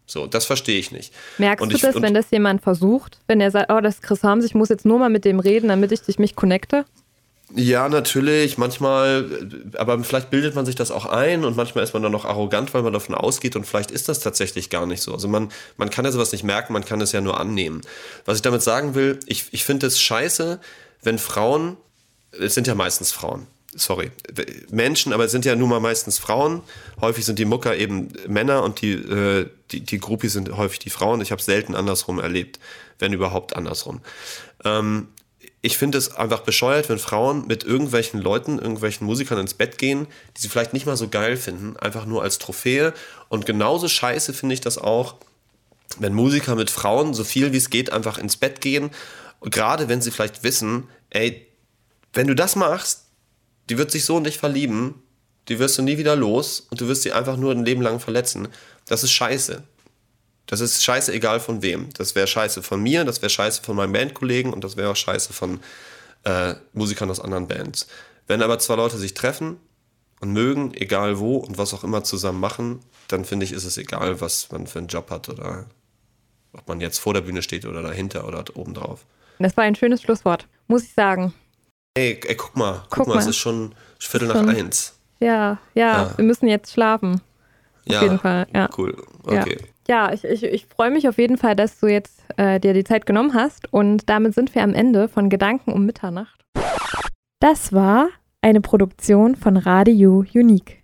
So, das verstehe ich nicht. Merkst und du ich, das, wenn das jemand versucht? Wenn er sagt, oh, das ist Chris Harms, ich muss jetzt nur mal mit dem reden, damit ich dich mich connecte? Ja, natürlich, manchmal, aber vielleicht bildet man sich das auch ein und manchmal ist man dann noch arrogant, weil man davon ausgeht und vielleicht ist das tatsächlich gar nicht so. Also man, man kann ja sowas nicht merken, man kann es ja nur annehmen. Was ich damit sagen will, ich, ich finde es scheiße, wenn Frauen, es sind ja meistens Frauen, sorry, Menschen, aber es sind ja nun mal meistens Frauen, häufig sind die Mucker eben Männer und die, äh, die, die Groupies sind häufig die Frauen. Ich habe es selten andersrum erlebt, wenn überhaupt andersrum. Ähm, Ich finde es einfach bescheuert, wenn Frauen mit irgendwelchen Leuten, irgendwelchen Musikern ins Bett gehen, die sie vielleicht nicht mal so geil finden, einfach nur als Trophäe. Und genauso scheiße finde ich das auch, wenn Musiker mit Frauen so viel wie es geht einfach ins Bett gehen. Und gerade wenn sie vielleicht wissen, ey, wenn du das machst, die wird sich so in dich verlieben, die wirst du nie wieder los und du wirst sie einfach nur ein Leben lang verletzen. Das ist scheiße. Das ist scheiße, egal von wem. Das wäre scheiße von mir, das wäre scheiße von meinen Bandkollegen und das wäre auch scheiße von äh, Musikern aus anderen Bands. Wenn aber zwei Leute sich treffen und mögen, egal wo und was auch immer zusammen machen, dann finde ich, ist es egal, was man für einen Job hat oder ob man jetzt vor der Bühne steht oder dahinter oder oben drauf. Das war ein schönes Schlusswort, muss ich sagen. Ey, ey guck mal, guck, Guck mal, mal, es ist schon Viertel nach schon, eins. Ja, ja, Ja. wir müssen jetzt schlafen. Auf Ja, jeden Fall, ja. Cool, okay. Ja. Ja, ich, ich, ich freue mich auf jeden Fall, dass du jetzt äh, dir die Zeit genommen hast und damit sind wir am Ende von Gedanken um Mitternacht. Das war eine Produktion von Radio Unique.